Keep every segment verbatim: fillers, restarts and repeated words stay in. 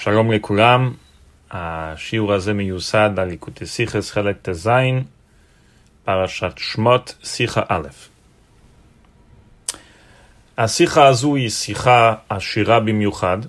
שלום לכולם, השיעור הזה מיוסד על ליקוטי שיחס חלק ט"ז, פרשת שמות, שיחה א'. השיחה הזו היא שיחה עשירה במיוחד,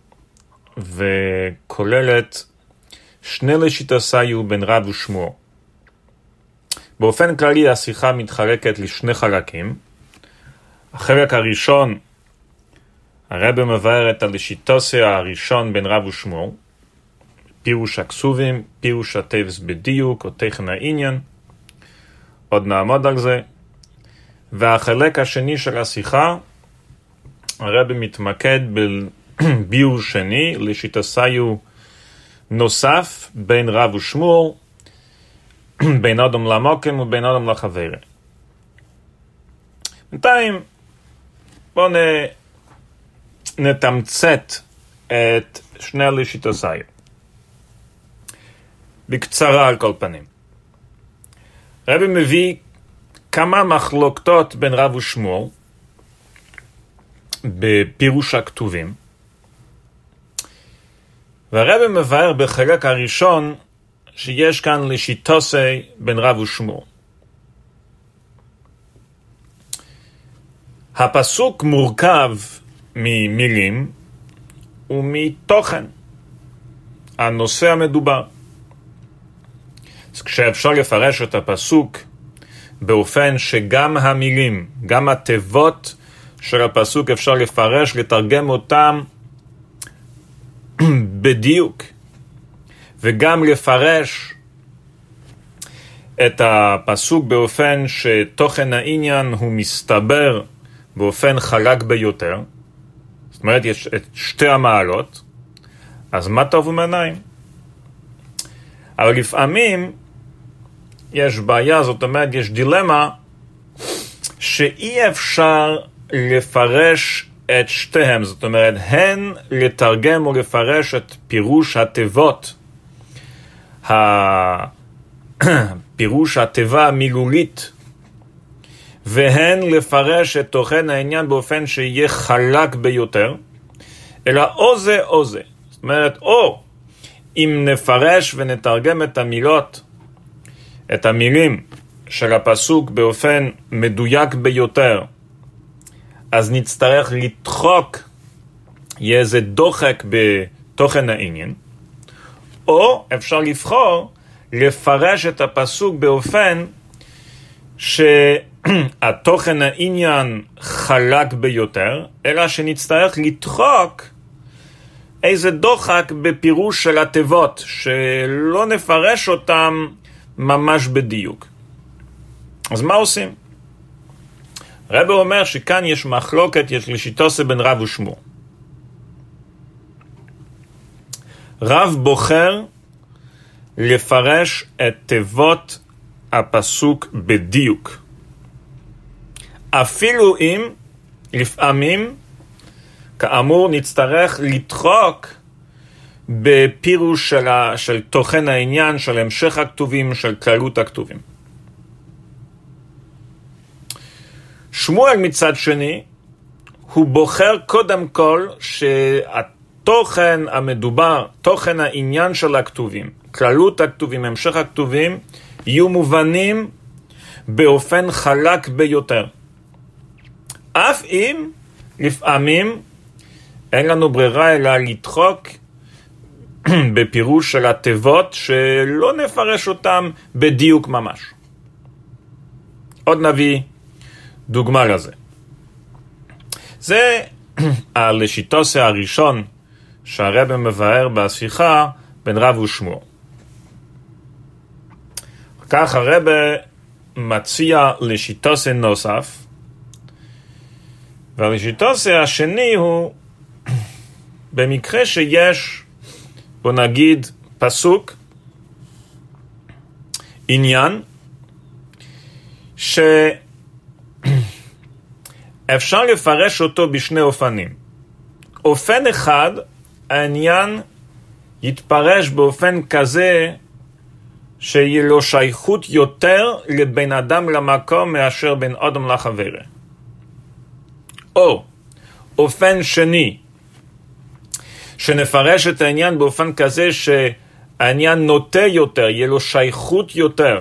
וכוללת שני לשיטוסיו בין רב ושמואל. באופן כללי השיחה מתחלקת לשני חלקים. החלק הראשון, הרב מבאר את הלשיטוסיה הראשון בין רב ושמואל, פירוש הכסובים, פירוש הטבס בדיוק או תכן העניין, עוד נעמוד על זה. והחלק השני של השיחה, הרב מתמקד בביאור שני, לשיטוסיו נוסף בין רב ושמואל, בין אדם למוקם ובין אדם לחברה. בינתיים בואו נ... נתמצת את שני הלשיטוסיו. בקצרה על כל פנים. הרב מביא כמה מחלוקות בין רב ושמואל בפירוש הכתובים, והרב מבאר בחלק הראשון שיש כאן לשיטוסי בין רב ושמואל. הפסוק מורכב ממילים ומתוכן הנושא המדובר. אז כשאפשר לפרש את הפסוק באופן שגם המילים, גם התיבות של הפסוק אפשר לפרש, לתרגם אותם בדיוק, וגם לפרש את הפסוק באופן שתוכן העניין הוא מסתבר באופן חלק ביותר, זאת אומרת יש את שתי המעלות, אז מה טוב ומנעים? אבל לפעמים יש בעיה, זאת אומרת יש דילמה שאי אפשר לפרש את שתיהם, זאת אומרת הן לתרגם או לפרש את פירוש התיבות, פירוש התיבה המילולית, והן לפרש את תוכן העניין באופן שיהיה חלק ביותר, אלא או זה או זה. זאת אומרת, או אם נפרש ונתרגם את המילות, את המילים של הפסוק באופן מדויק ביותר, אז נצטרך לדחוק, יהיה איזה דוחק בתוכן העניין, או אפשר לבחור לפרש את הפסוק באופן שהתוכן העניין חלק ביותר, אלא שנצטרך לדחוק איזה דוחק בפירוש של התיבות, שלא נפרש אותם ממש בדיוק. אז מה עושים? הרב אומר שכאן יש מחלוקת, יש לשיטוסי בין רב ושמואל. רב בוחר לפרש את תיבות הפסוק בדיוק, אפילו אם לפעמים כאמור נצטרך לדחוק בפירוש של, ה, של תוכן העניין, של המשך הכתובים, של כללות הכתובים. שמואל מצד שני, הוא בוחר קודם כל שהתוכן המדובר, תוכן העניין של הכתובים, כללות הכתובים, המשך הכתובים, יהיו מובנים באופן חלק ביותר. אף אם לפעמים אין לנו ברירה אלא לדחוק בפירוש של התיבות שלא נפרש אותם בדיוק ממש. עוד נביא דוגמה לזה. זה הלשיטוסיה הראשון שהרב מבאר בשיחה בין רב ושמואל. כך הרב מציע לשיטוסיה נוסף, והלשיטוסיה השני הוא במקרה שיש, בוא נגיד, פסוק, עניין, שאפשר לפרש אותו בשני אופנים. אופן אחד, העניין יתפרש באופן כזה שיהיה לו שייכות יותר לבן אדם למקום מאשר בין אדם לחברה. או אופן שני, שנפרש את העניין באופן כזה שהעניין נוטה יותר, יהיה לו שייכות יותר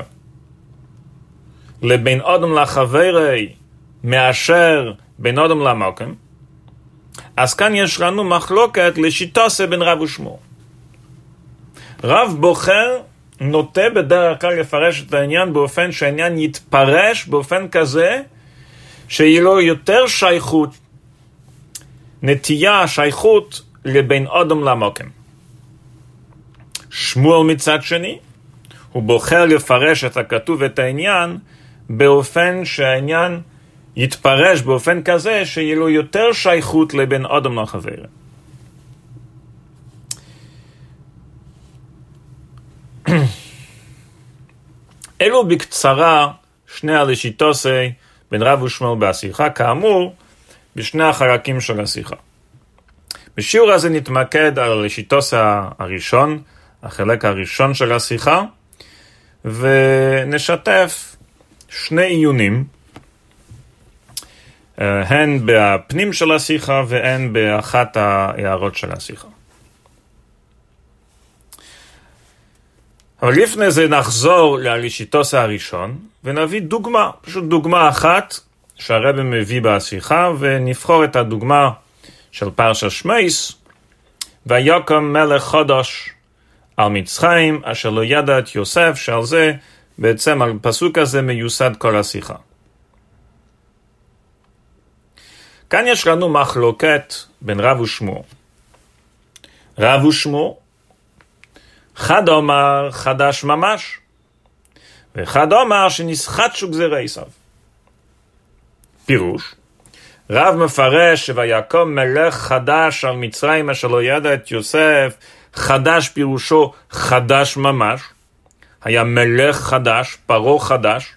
לבין אדם לחברי מאשר בין אדם למקום, אז כאן יש לנו מחלוקת לשיטוסי בין רב ושמואל. רב בוחר נוטה בדרך כלל לפרש את העניין באופן שהעניין יתפרש באופן כזה שיהיה לו יותר שייכות, נטייה, שייכות לבין אדם למקום. שמואל מצד שני, הוא בוחר לפרש את הכתוב ואת העניין באופן שהעניין יתפרש באופן כזה שיהיה לו יותר שייכות לבין אדם לחבר. אלו בקצרה שני הלשיטוסי בין רב ושמואל בשיחה, כאמור בשני החלקים של השיחה. בשיעור הזה נתמקד על הלשיטוסי הראשון, החלק הראשון של השיחה, ונשתף שני עיונים, הן בפנים של השיחה והן באחת ההערות של השיחה. אבל לפני זה נחזור ללשיטוסי הראשון ונביא דוגמה, פשוט דוגמה אחת שהרב מביא בשיחה, ונבחור את הדוגמה של פרשת שמייס, ויקום מלך חדש על מצרים אשר לא ידע את יוסף, שעל זה בעצם על פסוק הזה מיוסד כל השיחה. כאן יש לנו מחלוקת בין רב ושמואל. רב ושמואל, אחד אומר חדש ממש, ואחד אומר שנסחטשו גזירי עשיו. פירוש, רב מפרש שויקום מלך חדש על מצרים אשר לא ידע את יוסף, חדש פירושו חדש ממש, היה מלך חדש, פרו חדש,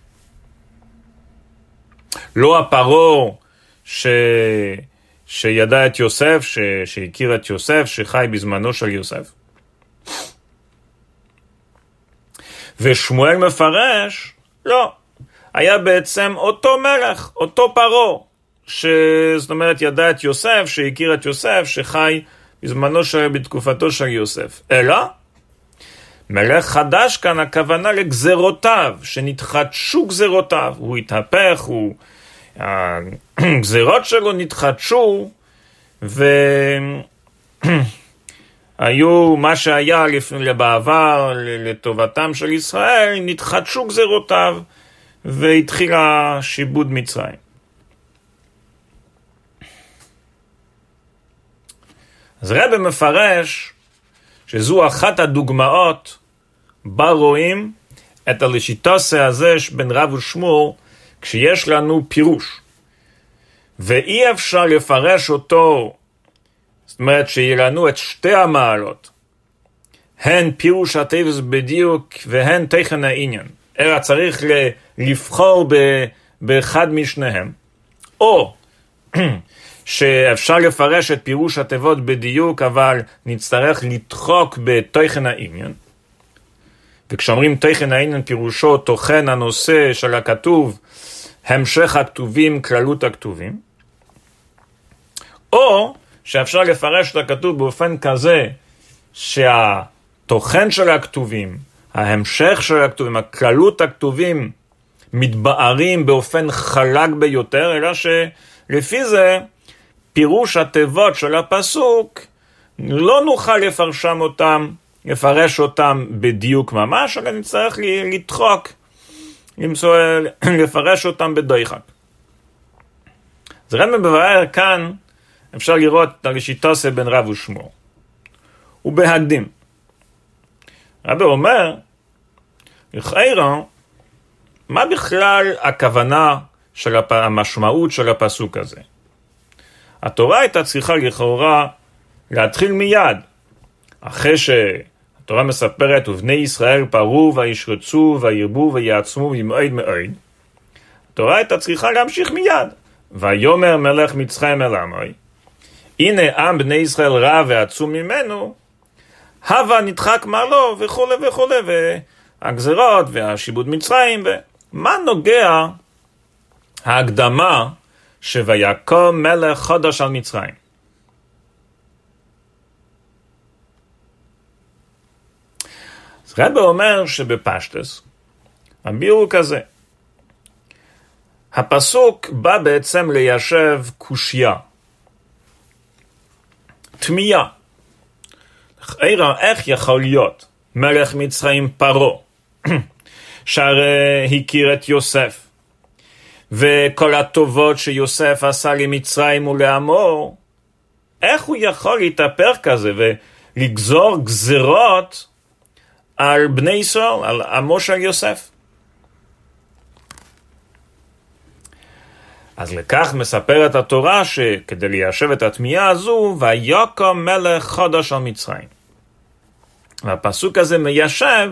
לא הפרו ש... שידע את יוסף, ש... שהכיר את יוסף, שחי בזמנו של יוסף. ושמואל מפרש, לא, היה בעצם אותו מלך, אותו פרו, שזאת אומרת ידע את יוסף, שהכיר את יוסף, שחי בזמנו של, בתקופתו של יוסף. אלא, מלך חדש כאן הכוונה לגזרותיו, שנתחדשו גזרותיו, הוא התהפך, הוא... הגזירות שלו נתחדשו, והיו מה שהיה לפני, בעבר לטובתם של ישראל, נתחדשו גזירותיו, והתחיל השיבוד מצרים. אז רב מפרש שזו אחת הדוגמאות בה רואים את הלשיטוסי הזה בין רב ושמואל, כשיש לנו פירוש, ואי אפשר לפרש אותו, זאת אומרת שיהיה לנו את שתי המעלות, הן פירוש הטבעס בדיוק והן תכן העניין, אלא צריך לבחור באחד משניהם, או שאפשר לפרש את פירוש התיבות בדיוק, אבל נצטרך לדחוק בתוכן העניין. וכשאומרים תוכן העניין, פירושו תוכן הנושא של הכתוב, המשך הכתובים, כללות הכתובים. או שאפשר לפרש את הכתוב באופן כזה, שהתוכן של הכתובים, ההמשך של הכתובים, הכללות הכתובים, מתבארים באופן חלק ביותר, אלא שלפי זה, פירוש התיבות של הפסוק, לא נוכל לפרשם אותם, לפרש אותם בדיוק ממש, אלא נצטרך לדחוק, למצוא, לפרש אותם בדוחק. אז רב מבאר כאן, אפשר לראות את הלשיטוסי בין רב ושמואל. ובהקדים. רב אומר, לכאורה, מה בכלל הכוונה של הפ... המשמעות של הפסוק הזה? התורה הייתה צריכה לכאורה להתחיל מיד, אחרי שהתורה מספרת, ובני ישראל פרו וישרצו וירבו ויעצמו ממאוד מאוד, התורה הייתה צריכה להמשיך מיד, ויאמר מלך מצרים אל עמי, הנה עם בני ישראל רע ועצום ממנו, הווה נדחק מעלו וכו' וכו', והגזרות והשיבוד מצרים, ומה נוגע ההקדמה שויקום מלך חדש על מצרים? אז רבי אומר שבפשטס, הביאור הוא כזה. הפסוק בא בעצם ליישב קושיה, תמייה. איך יכול להיות מלך מצרים פרעה, שהרי הכיר את יוסף, וכל הטובות שיוסף עשה למצרים ולעמו, איך הוא יכול להתאפר כזה ולגזור גזרות על בני ישראל, על עמו של יוסף? אז לכך מספרת התורה שכדי ליישב את התמיהה הזו, ויקום מלך חדש על מצרים. והפסוק הזה מיישב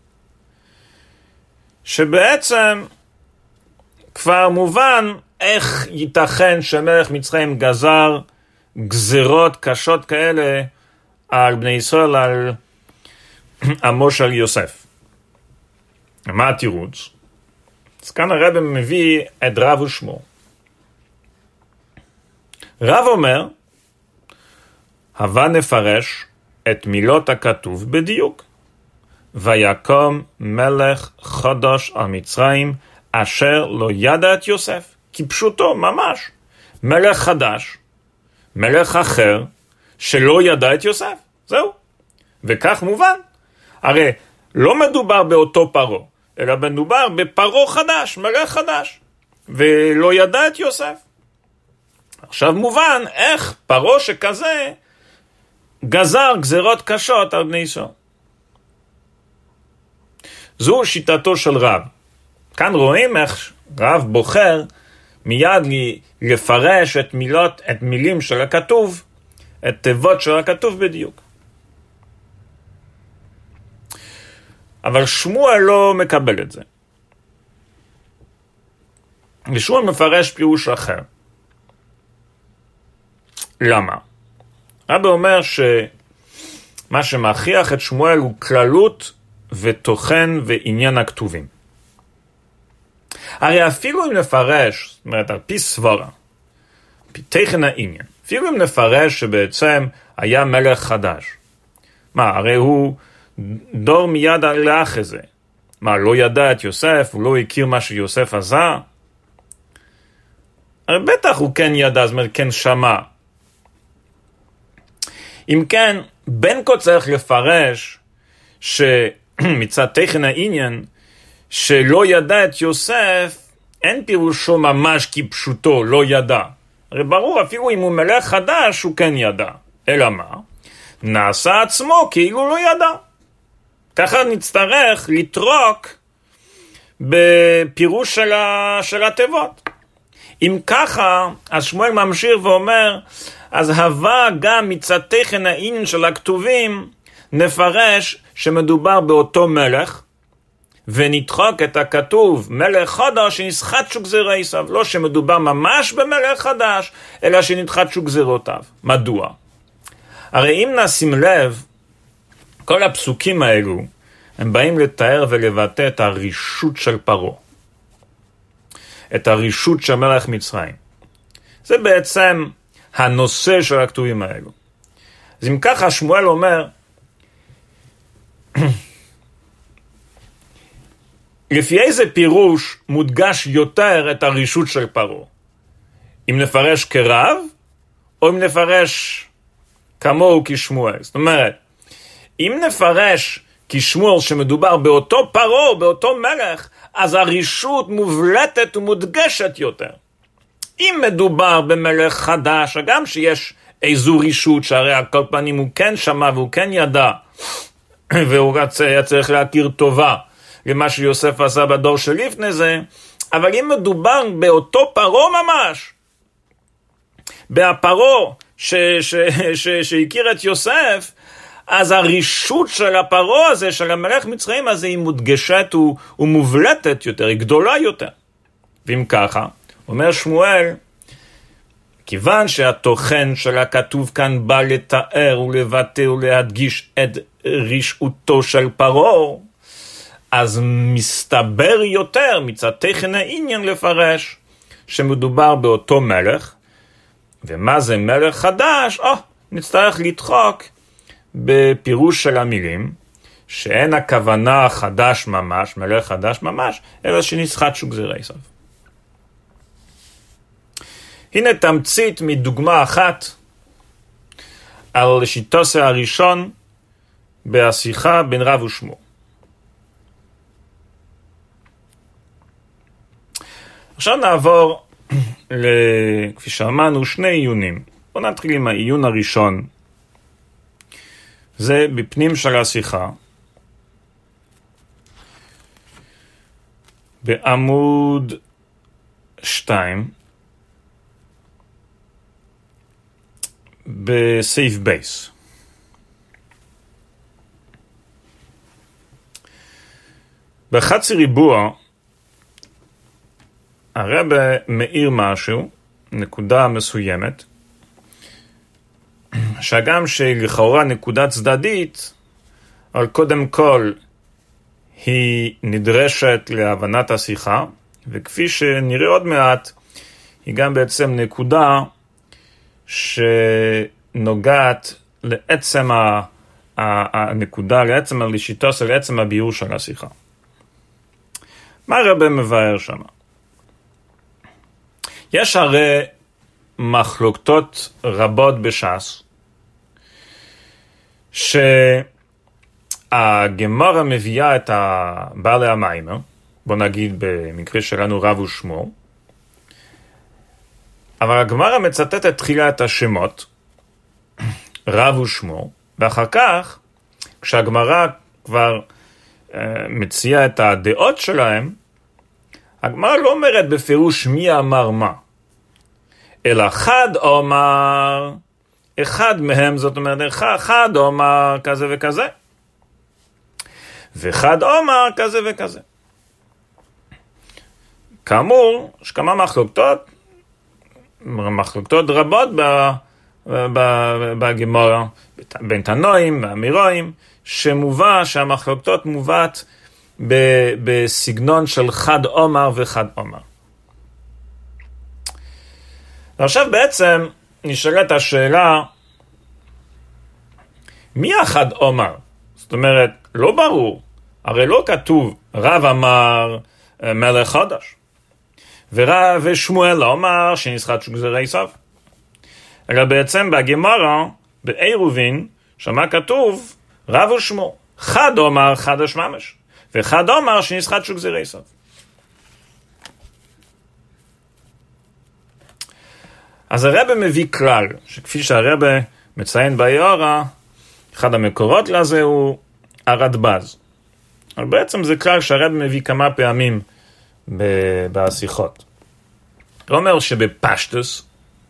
שבעצם כבר מובן איך ייתכן שמלך מצרים גזר גזרות קשות כאלה על בני ישראל, על עמו של יוסף. מה התירוץ? אז כאן הרב מביא את רב ושמו. רב אומר, הבה נפרש את מילות הכתוב בדיוק. ויקום מלך חדש על מצרים, אשר לא ידע את יוסף. כפשוטו, ממש. מלך חדש, מלך אחר, שלא ידע את יוסף. זהו. וכך מובן. הרי לא מדובר באותו פרעה, אלא מדובר בפרעה חדש, מלך חדש, ולא ידע את יוסף. עכשיו מובן איך פרעה שכזה גזר גזרות קשות על בני ישראל. זו שיטתו של רב. כאן רואים איך רב בוחר מיד לפרש את מילות, את מילים של הכתוב, את תיבות של הכתוב בדיוק. אבל שמואל לא מקבל את זה. ושמואל מפרש פירוש אחר. למה? רבי אומר שמה שמכריח את שמואל הוא כללות ותוכן ועניין הכתובים. הרי אפילו אם נפרש, זאת אומרת על פי סברה, על פי תכן העניין, אפילו אם נפרש שבעצם היה מלך חדש, מה, הרי הוא דור מיד לאחרי זה. מה, לא ידע את יוסף, הוא לא הכיר מה שיוסף עשה? הרי בטח הוא כן ידע, זאת אומרת כן שמע. אם כן, בין כה צריך לפרש שמצד תכן העניין, שלא ידע את יוסף, אין פירושו ממש כפשוטו, לא ידע. הרי ברור, אפילו אם הוא מלך חדש, הוא כן ידע. אלא מה? נעשה עצמו כאילו לא ידע. ככה נצטרך לטרוק בפירוש של, ה... של התיבות. אם ככה, אז שמואל ממשיך ואומר, אז הווה גם מצד תכן העניין של הכתובים, נפרש שמדובר באותו מלך, ונדחוק את הכתוב מלך חדש שנסחטשו גזירי עשיו. לא שמדובר ממש במלך חדש, אלא שנדחטשו גזירותיו. מדוע? הרי אם נשים לב, כל הפסוקים האלו, הם באים לתאר ולבטא את הרישות של פרעה. את הרישות של מלך מצרים. זה בעצם הנושא של הכתובים האלו. אז אם ככה שמואל אומר, לפי איזה פירוש מודגש יותר את הרישות של פרעה? אם נפרש כרב, או אם נפרש כמוהו כשמואל? זאת אומרת, אם נפרש כשמואל שמדובר באותו פרעה, באותו מלך, אז הרישות מובלטת ומודגשת יותר. אם מדובר במלך חדש, גם שיש איזו רישות, שהרי על כל פנים הוא כן שמע והוא כן ידע, והוא היה צריך להכיר טובה למה שיוסף עשה בדור שלפני זה, אבל אם מדובר באותו פרעה ממש, בהפרעה שהכיר את יוסף, אז הרישות של הפרעה הזה, של המלך מצרים הזה, היא מודגשת ומובלטת יותר, היא גדולה יותר. ואם ככה, אומר שמואל, כיוון שהתוכן של הכתוב כאן בא לתאר ולבטא ולהדגיש את רשעותו של פרעה, אז מסתבר יותר מצד תכן העניין לפרש שמדובר באותו מלך, ומה זה מלך חדש? או, נצטרך לדחוק בפירוש של המילים, שאין הכוונה חדש ממש, מלך חדש ממש, אלא שנסחטשו גזירי עשיו. הנה תמצית מדוגמה אחת על שיטוסי הראשון בשיחה בין רב ושמואל. עכשיו נעבור, כפי שאמרנו, שני עיונים. בואו נתחיל עם העיון הראשון. זה בפנים של השיחה. בעמוד שתיים. בסייף בייס. בחצי ריבוע הרב מאיר משהו, נקודה מסוימת, שגם שלכאורה נקודה צדדית, אבל קודם כל היא נדרשת להבנת השיחה, וכפי שנראה עוד מעט, היא גם בעצם נקודה שנוגעת לעצם הנקודה, לעצם השיטוס, לעצם הביאור של השיחה. מה הרב מבאר שם? יש הרי מחלוקות רבות בש"ס, שהגמרא מביאה את בעלי המיימר, בוא נגיד במקרה שלנו רב ושמואל, אבל הגמרא מצטטת תחילה את השמות, רב ושמואל, ואחר כך, כשהגמרא כבר uh, מציעה את הדעות שלהם, הגמרא לא אומרת בפירוש מי אמר מה, אלא חד אומר, אחד מהם, זאת אומרת, אחד אומר כזה וכזה, וחד אומר כזה וכזה. כאמור, יש כמה מחלוקות, מחלוקות רבות בגמרא, בין תנועים ואמירואים, שמובא, שהמחלוקות מובאת בסגנון של חד אומר וחד אומר. ועכשיו בעצם נשאלת השאלה, מי החד אומר? זאת אומרת, לא ברור, הרי לא כתוב רב אמר מלך חדש, ורב ושמואל לא אמר שנסחטשו גזירי עשיו. אלא בעצם בגמרא, בעירובין, שמה כתוב רב ושמואל, חד אומר חדש ממש, וחד אומר שנסחטשו גזירי עשיו. אז הרב מביא כלל, שכפי שהרב מציין ביורה, אחד המקורות לזה הוא הרדב"ז. אבל בעצם זה כלל שהרב מביא כמה פעמים בשיחות. הוא אומר שבפשטוס,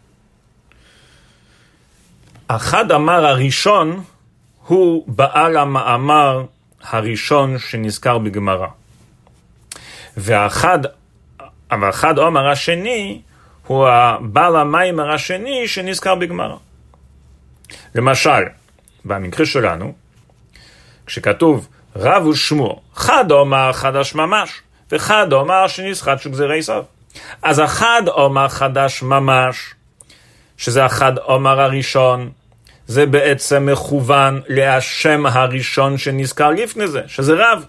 אחד אמר הראשון הוא בעל המאמר הראשון שנזכר בגמרא. והאחד, והאחד אומר השני הוא הבעל המיימר השני שנזכר בגמרא. למשל, במקרה שלנו, כשכתוב רב ושמואל, חד אומר חדש ממש, וחד אומר שנסחטשו גזירי עשיו. אז החד אומר חדש ממש, שזה החד אומר הראשון, זה בעצם מכוון להשם הראשון שנזכר לפני זה, שזה רב.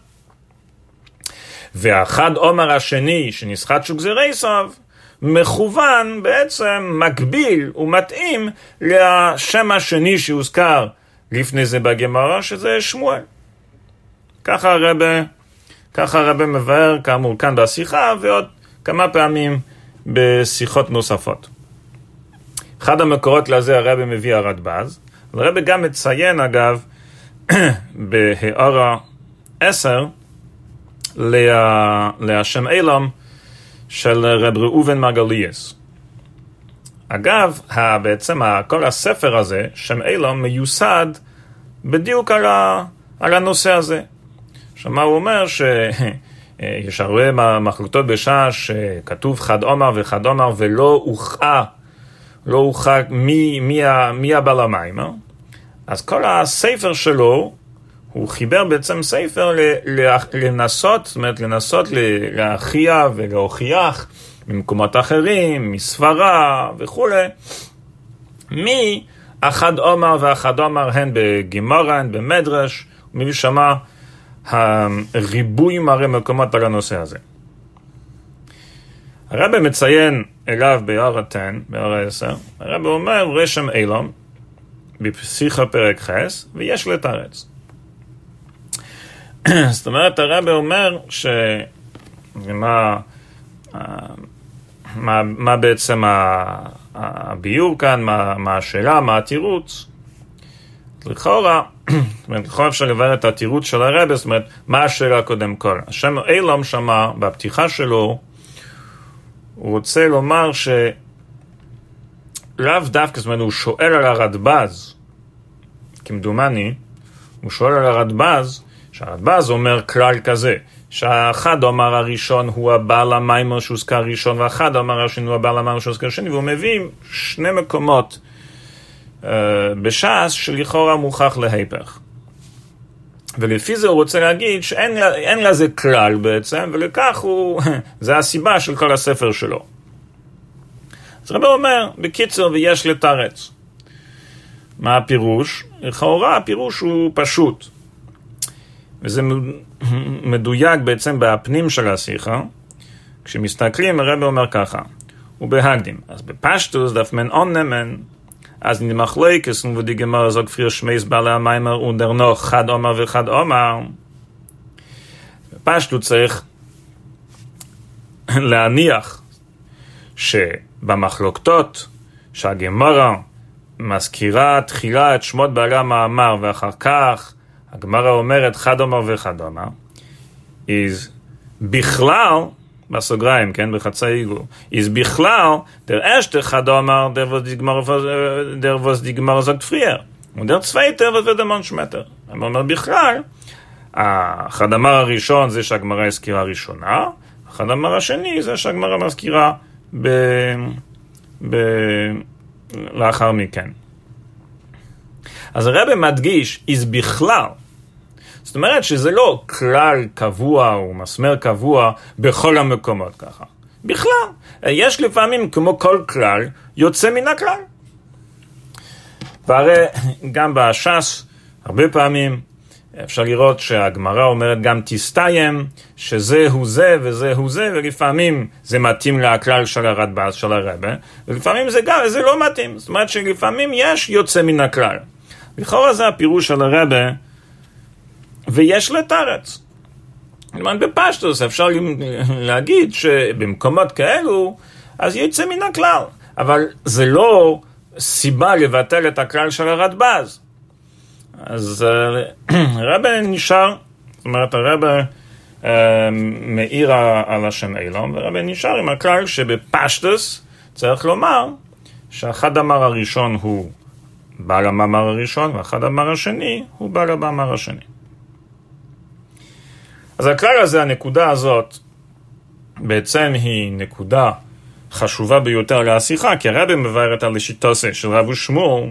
והחד אומר השני שנסחטשו גזירי עשיו, מכוון בעצם מקביל ומתאים לשם השני שהוזכר לפני זה בגמרא, שזה שמואל. ככה הרב, ככה הרב מבאר כאמור כאן בשיחה, ועוד כמה פעמים בשיחות נוספות. אחד המקורות לזה הרב מביא הרדב"ז, הרב גם מציין אגב בהארה עשר לה, להשם אילם של רב ראובן מרגליאס. אגב, בעצם כל הספר הזה, שם אילם, מיוסד בדיוק על, ה, על הנושא הזה. שמה הוא אומר שיש הרבה מחלוקות בשעה שכתוב חד אומר וחד אומר ולא הוכרע, לא הוכרע מי, מי, מי הבעל המיימר. אז כל הספר שלו, הוא חיבר בעצם ספר לנסות, זאת אומרת לנסות להכריע ולהוכיח במקומות אחרים, מספרה וכו', מי החד אומר והחד אומר הן בגמרא, הן במדרש, ומי שמה הריבוי מראה מקומות על הנושא הזה. הרב מציין אליו ביאר התן, ביאר העשר, הרב אומר רשם אילום, בפסיכה פרק חס, ויש לתרץ. זאת אומרת, הרב אומר ש... מה, מה, מה בעצם הביור כאן, מה, מה השאלה, מה התירוץ? לכאורה, לכאורה אפשר לברר את התירוץ של הרב, זאת אומרת, מה השאלה קודם כל? השם אילום שמה, בפתיחה שלו, הוא רוצה לומר שלאו דווקא, זאת אומרת, הוא שואל על הרדב"ז, כמדומני, הוא שואל על הרדב"ז, שהרדב"ז אומר כלל כזה, שהאחד אומר הראשון הוא הבעל המיימר שהוזכר ראשון, והאחד אומר השני הוא הבעל המיימר שהוזכר שני, והוא מביא שני מקומות uh, בש"ס שלכאורה מוכח להיפך. ולפי זה הוא רוצה להגיד שאין אין לזה כלל בעצם, ולכך הוא, זה הסיבה של כל הספר שלו. אז רבי אומר, בקיצור, ויש לתרץ. מה הפירוש? לכאורה הפירוש הוא פשוט. וזה מדויק בעצם בפנים של השיחה. כשמסתכלים, הרבי אומר ככה, ובהקדים. אז בפשטוס, דף מן און נמן, אז נמחלקס ודי גמרא זוג פריר שמייס בעלי המיימר ונדרנו חד עומר וחד עומר. בפשטות צריך להניח שבמחלוקתות שהגמרא מזכירה תחילה את שמות בעלי המאמר ואחר כך הגמרא אומרת חד עומר וחד עומר, is בכלל בסוגריים, כן, בחצי עיגול, is בכלל, der erste חד עומר, der was die Gemara sagt früher, und der zweite, was wird der Mann schmetter. הוא אומר בכלל, החד עומר הראשון זה שהגמרא הזכירה ראשונה, החד עומר השני זה שהגמרא מזכירה ב... ב... לאחר מכן. אז הרב מדגיש, is בכלל, זאת אומרת שזה לא כלל קבוע או מסמר קבוע בכל המקומות ככה. בכלל, יש לפעמים כמו כל כלל יוצא מן הכלל. והרי גם בש"ס הרבה פעמים אפשר לראות שהגמרא אומרת גם תסתיים, שזה הוא זה וזה הוא זה, ולפעמים זה מתאים לכלל של הרדב"ז של הרבה, ולפעמים זה גם, זה לא מתאים. זאת אומרת שלפעמים יש יוצא מן הכלל. לכאורה זה הפירוש של הרבה, ויש לתרץ. למען בפשטוס אפשר להגיד שבמקומות כאלו, אז יצא מן הכלל. אבל זה לא סיבה לבטל את הכלל של הרדב"ז. אז הרבה נשאר, זאת אומרת הרבה מאיר על השם אילום, והרבה נשאר עם הכלל שבפשטוס צריך לומר שהחד אמר הראשון הוא בעל המאמר הראשון, והחד אמר השני הוא בעל המאמר השני. אז הכלל הזה, הנקודה הזאת, בעצם היא נקודה חשובה ביותר להשיחה, כי הרבי מבארת על השיטוסה של רב ושמואל,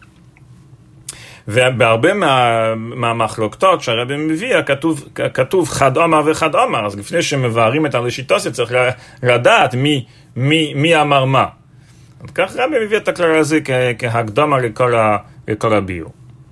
ובהרבה מה, מהמחלוקתות שהרבי מביא, כתוב, כתוב חד עומר וחד עומר, אז לפני שמבארים את השיטוסה צריך לדעת מי, מי, מי אמר מה. אז כך רבי מביא את הכלל הזה כהקדמה לכל, ה, לכל הביור.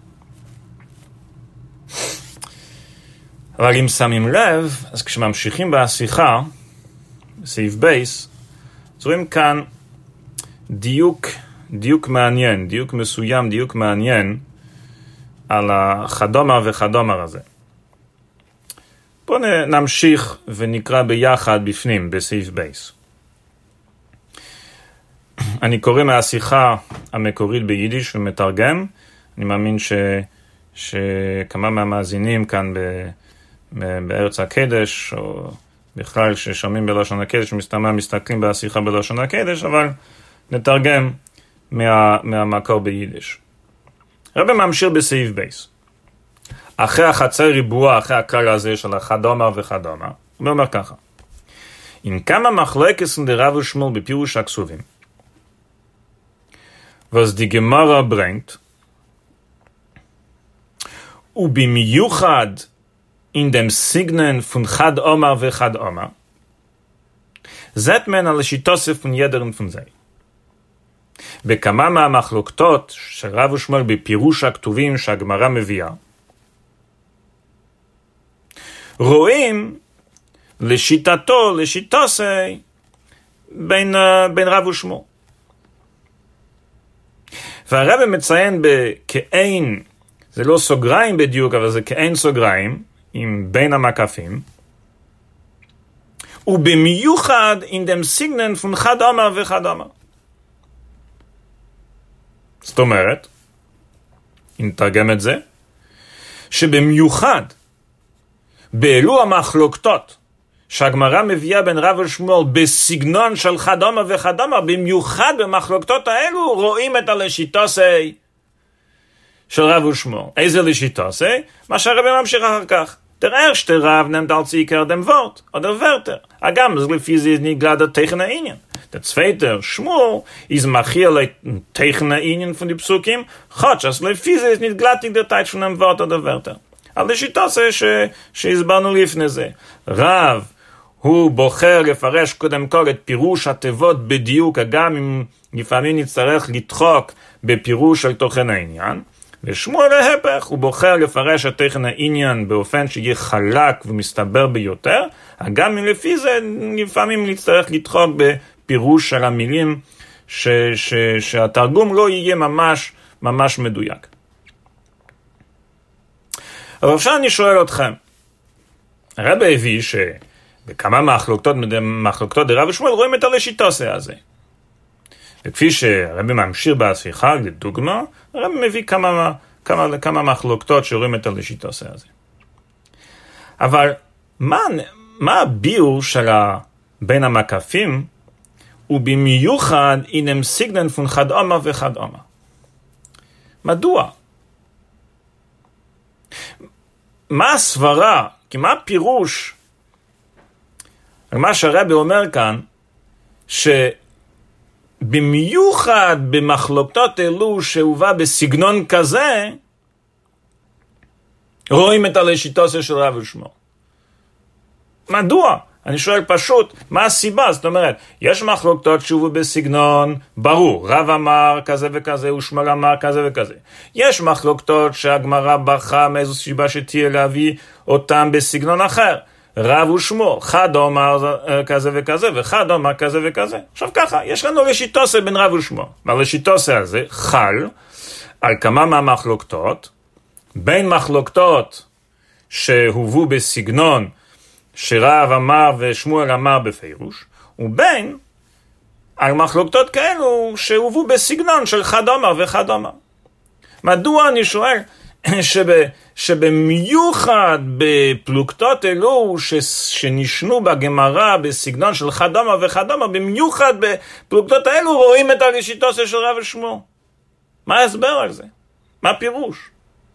אבל אם שמים לב, אז כשממשיכים בשיחה, בסעיף בייס, רואים כאן דיוק, דיוק מעניין, דיוק מסוים, דיוק מעניין, על החדומר וחדומר הזה. בואו נמשיך ונקרא ביחד בפנים, בסעיף בייס. אני קורא מהשיחה המקורית ביידיש ומתרגם. אני מאמין ש, שכמה מהמאזינים כאן ב... בארץ הקדש, או בכלל ששומעים בלשון הקדש, מסתמה מסתכלים בשיחה בלשון הקדש, אבל נתרגם מה, מהמקור ביידיש. רבי ממשיך בסעיף בייס. אחרי החצי ריבוע, אחרי הכלל הזה של החד עומר וחד עומר, הוא אומר ככה, אם כמה מחלוקס דרב ושמואל בפירוש הכסובים, was die Gemara bringt, ובמיוחד in dem Signen von Chad Omar ve Chad Omar, zet men על השיטוסף von jeder und von sei. בכמה מהמחלוקתות של רב ושמואל בפירוש הכתובים שהגמרא מביאה, רואים לשיטתו, לשיטוסי, בין, בין רב ושמו. והרב מציין בכאין, זה לא סוגריים בדיוק, אבל זה כאין סוגריים, עם בין המקפים, ובמיוחד in dem Signen von חד עומר וחד עומר. זאת אומרת, אם נתרגם את זה, שבמיוחד באלו המחלוקתות שהגמרא מביאה בין רב ושמואל בסגנון של חד עומר וחד עומר, במיוחד במחלוקתות האלו רואים את הלשיטוסי של רב ושמואל. איזה לשיטוסי? מה שהרבי ממשיך אחר כך. Der erste Rav nimmt als Iker dem Wort oder Wörter. Agam, das לפי זה נגלה der Teichen העניין. Der zweite, Shmuel, ist machir le Teichen העניין von die Psukim, Chotsch, das לפי זה נגלה der Teich von dem Wort oder Wörter. אבל לשיטה זה שהסברנו לפני זה. רב, הוא בוחר לפרש קודם כל את פירוש התיבות בדיוק, גם אם לפעמים נצטרך לדחוק בפירוש של תוכן העניין. ושמואל להפך, הוא בוחר לפרש את תוכן העניין באופן שיהיה חלק ומסתבר ביותר, גם אם לפי זה לפעמים נצטרך לדחוק בפירוש של המילים ש, ש, שהתרגום לא יהיה ממש ממש מדויק. אבל עכשיו אני שואל אתכם, הרבי הביא שבכמה מחלוקתות, מחלוקתות דרב ושמואל רואים את הלשיטוסי הזה. וכפי שהרבי ממשיך בהשיחה, לדוגמה, הרבי מביא כמה, כמה, כמה מחלוקתות שרואים את הלשיטוסי הזה. אבל מה, מה הביאור של בין המקפים, ובמיוחד אינם סיגנן פון חד עומר וחד עומר? מדוע? מה הסברה, כי מה הפירוש על מה שהרבי אומר כאן, ש... במיוחד במחלוקתות אלו שהובא בסגנון כזה, רואים את הלשיטוסי של רב ושמואל. מדוע? אני שואל פשוט, מה הסיבה? זאת אומרת, יש מחלוקתות שהובאו בסגנון ברור, רב אמר כזה וכזה, ושמואל אמר כזה וכזה. יש מחלוקתות שהגמרא ברכה מאיזו סיבה שתהיה להביא אותם בסגנון אחר. רב ושמואל, חד עומר כזה וכזה, וחד עומר כזה וכזה. עכשיו ככה, יש לנו לשיטוסי בין רב ושמואל. והלשיטוסי הזה חל על כמה מהמחלוקתות, בין מחלוקתות שהובאו בסגנון שרב אמר ושמואל אמר בפירוש, ובין על מחלוקתות כאלו שהובאו בסגנון של חד עומר וחד עומר. מדוע אני שואל שב, שבמיוחד בפלוגתות אלו ש, שנשנו בגמרא בסגנון של חד עומר וחד עומר, במיוחד בפלוגתות האלו רואים את הלשיטוסי של רב ושמואל? מה ההסבר על זה? מה הפירוש?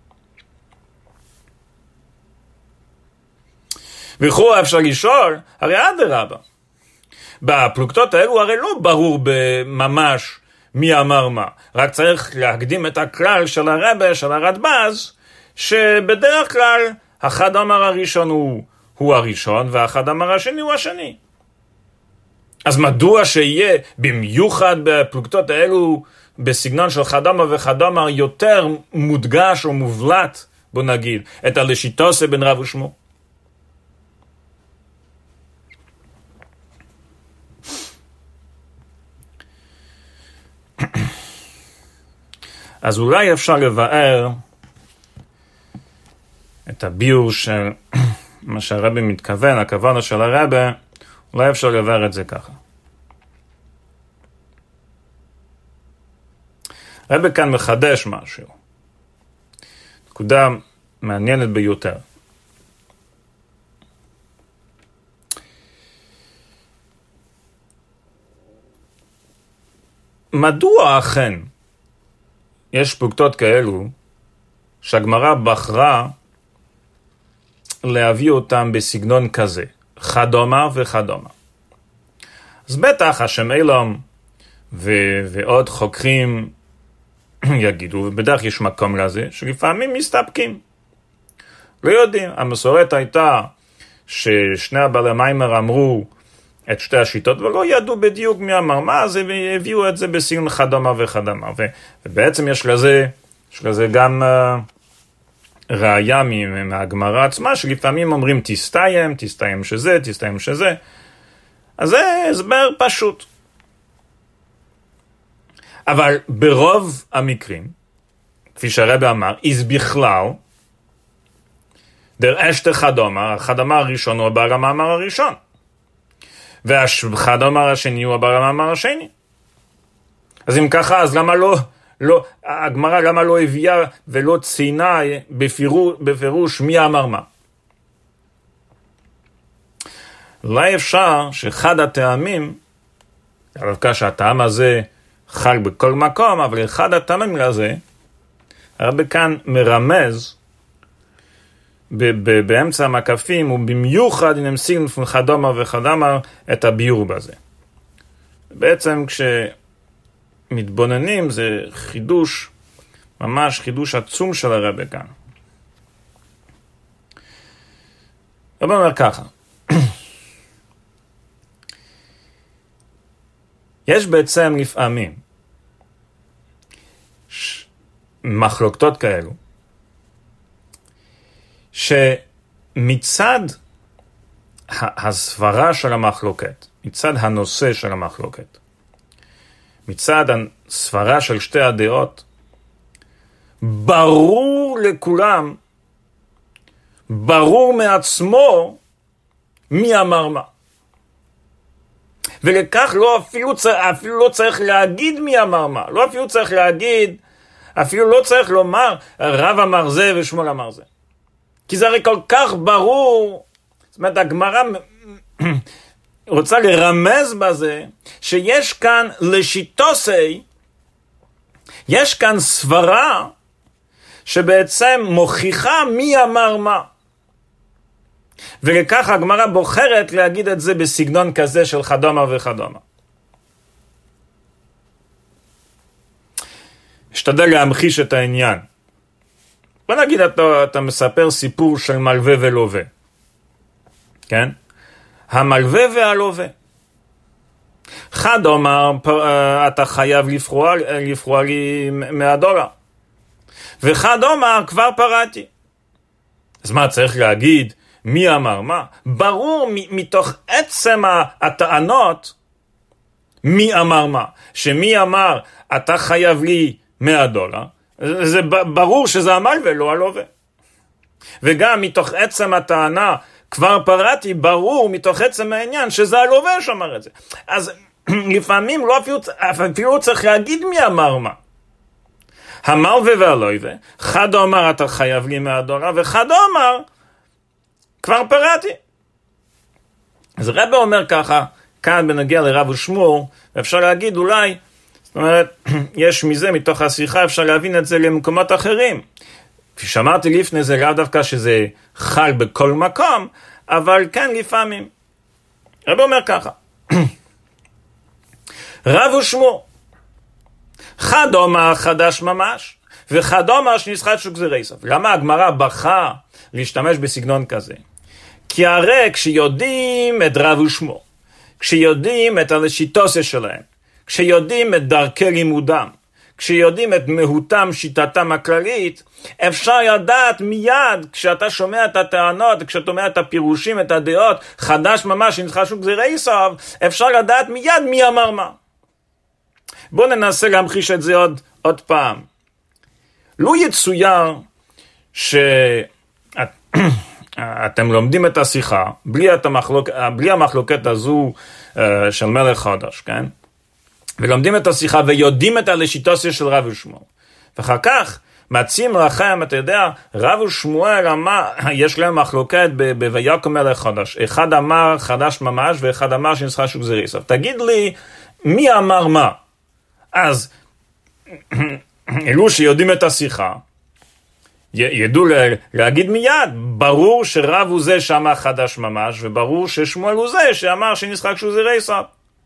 וכו אפשר לשאול, הרי אדרבה, בפלוגתות האלו הרי לא ברור ממש מי אמר מה, רק צריך להקדים את הכלל של הרבי, של הרדב"ז, שבדרך כלל החד עומר הראשון הוא, הוא הראשון, והחד עומר השני הוא השני. אז מדוע שיהיה במיוחד בפלוגתות האלו בסגנון של חד עומר וחד עומר יותר מודגש או מובלט, בוא נגיד, את הלשיטוסי בין רב ושמואל? אז אולי אפשר לבאר את הביור של מה שהרבי מתכוון, הכוונה של הרבי, אולי אפשר לבאר את זה ככה. הרבי כאן מחדש משהו, נקודה מעניינת ביותר. מדוע אכן יש פלוגתות כאלו שהגמרא בחרה להביא אותם בסגנון כזה, חד עומר וחד עומר? אז בטח השם אילום ו- ועוד חוקרים יגידו, ובדרך יש מקום לזה, שלפעמים מסתפקים. לא יודעים, המסורת הייתה ששני הבעלי מיימר אמרו את שתי השיטות, ולא ידעו בדיוק מי אמר מה, אז הביאו את זה בסגנון חד עומר וחד עומר. ובעצם יש לזה, יש לזה גם, ראיה מהגמרא עצמה, שלפעמים אומרים תסתיים, תסתיים שזה, תסתיים שזה. אז זה הסבר פשוט. אבל ברוב המקרים, כפי שהרבי אמר, איז בכלל, דר אשת אחד אומר, אחד אמר הראשון הוא הבעל המאמר הראשון. ואחד אמר השני הוא הבעל המאמר השני. אז אם ככה, אז למה לא, לא, הגמרא למה לא הביאה ולא ציינה בפירוש, בפירוש מי אמר מה? אולי אפשר שאחד הטעמים, דווקא שהטעם הזה חל בכל מקום, אבל אחד הטעמים לזה, הרבי כאן מרמז ב- ב- באמצע המקפים, ובמיוחד אם נמשיג אחד אמר ואחד אמר את הביור בזה. בעצם כשמתבוננים זה חידוש, ממש חידוש עצום של הרבי כאן. הרבי אומר ככה, יש בעצם לפעמים מחלוקתות כאלו, שמצד הסברה של המחלוקת, מצד הנושא של המחלוקת, מצד הסברה של שתי הדעות, ברור לכולם, ברור מעצמו מי אמר מה. ולכך לא אפילו, אפילו לא צריך להגיד מי אמר מה, לא אפילו צריך להגיד, אפילו לא צריך לומר רב אמר זה ושמואל אמר זה. כי זה הרי כל כך ברור, זאת אומרת הגמרא רוצה לרמז בזה, שיש כאן לשיטוסי, יש כאן סברה, שבעצם מוכיחה מי אמר מה. ולכך הגמרא בוחרת להגיד את זה בסגנון כזה של חדומר וחדומר. אשתדל להמחיש את העניין. בוא נגיד אתה, אתה מספר סיפור של מלווה ולווה. כן? המלווה והלווה. חדומר, אתה חייב לפרוע, לפרוע לי מאה דולר. וחדומר, כבר פרעתי. אז מה צריך להגיד? מי אמר מה? ברור מתוך עצם הטענות מי אמר מה. שמי אמר אתה חייב לי מאה דולר, זה ברור שזה המלווה לא הלווה. וגם מתוך עצם הטענה כבר פרעתי, ברור מתוך עצם העניין שזה הלווה שאמר את זה. אז לפעמים לא אפילו, אפילו צריך להגיד מי אמר מה. המלווה והלווה, אחד אמר אתה חייב לי מאה דולר, ואחד אמר כבר פרעתי. אז רבי אומר ככה, כאן בנגיע לרב ושמואל, ואפשר להגיד אולי, זאת אומרת, יש מזה, מתוך השיחה, אפשר להבין את זה למקומות אחרים. כפי שאמרתי לפני זה, לא דווקא שזה חל בכל מקום, אבל כן לפעמים. רבי אומר ככה, רב ושמואל, חד אומר חדש ממש, וחד אומר שנסחט שוק גזירי סוף. למה הגמרא בחרה להשתמש בסגנון כזה? כי הרי כשיודעים את רב ושמואל, כשיודעים את השיטוסיה שלהם, כשיודעים את דרכי לימודם, כשיודעים את מהותם, שיטתם הכללית, אפשר לדעת מיד, כשאתה שומע את הטענות, כשאתה שומע את הפירושים, את הדעות, חדש ממש שנסחט שוק גזירי סוף, אפשר לדעת מיד מי אמר מה. בואו ננסה להמחיש את זה עוד, עוד פעם. לא יצויר שאתם לומדים את השיחה, בלי, את המחלוק, בלי המחלוקת הזו של מלך חדש, כן? ולומדים את השיחה ויודעים את הלשיטוסיה של רב ושמואל. ואחר כך מציעים לכם, אתה יודע, רב ושמואל אמר, יש להם מחלוקת בויקום מלך חדש. אחד אמר חדש ממש ואחד אמר שנסחט שוק גזירי סוף. תגיד לי, מי אמר מה? אז אלו שיודעים את השיחה, ידעו להגיד מיד, ברור שרב הוא זה שאמר חדש ממש, וברור ששמואל הוא זה שאמר שנסחט שוק גזירי סוף.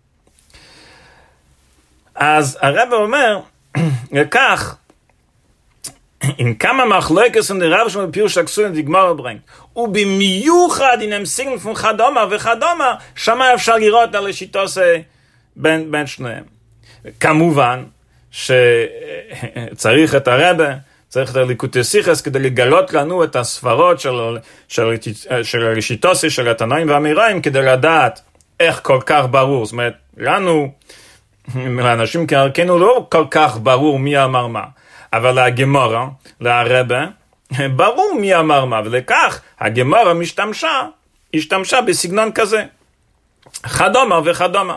אז הרב אומר, לכך, עם כמה מחלוקת עם רב ושמואל פירוש הכסויים דגמר ברנג, ובמיוחד אם הם סיגנל פון חד אומר וחד אומר, שמה אפשר לראות על השיטוסה בין, בין שניהם. כמובן שצריך את הרבה, צריך את הליקוטי סיכס כדי לגלות לנו את הספרות של, של, של השיטוסי, של התנאים והאמיראים, כדי לדעת איך כל כך ברור. זאת אומרת, לנו, לאנשים כערכנו, לא כל כך ברור מי אמר מה. אבל הגמרא, להרבה, ברור מי אמר מה, ולכך הגמרא משתמשה, השתמשה בסגנון כזה. חדומר וחדומר.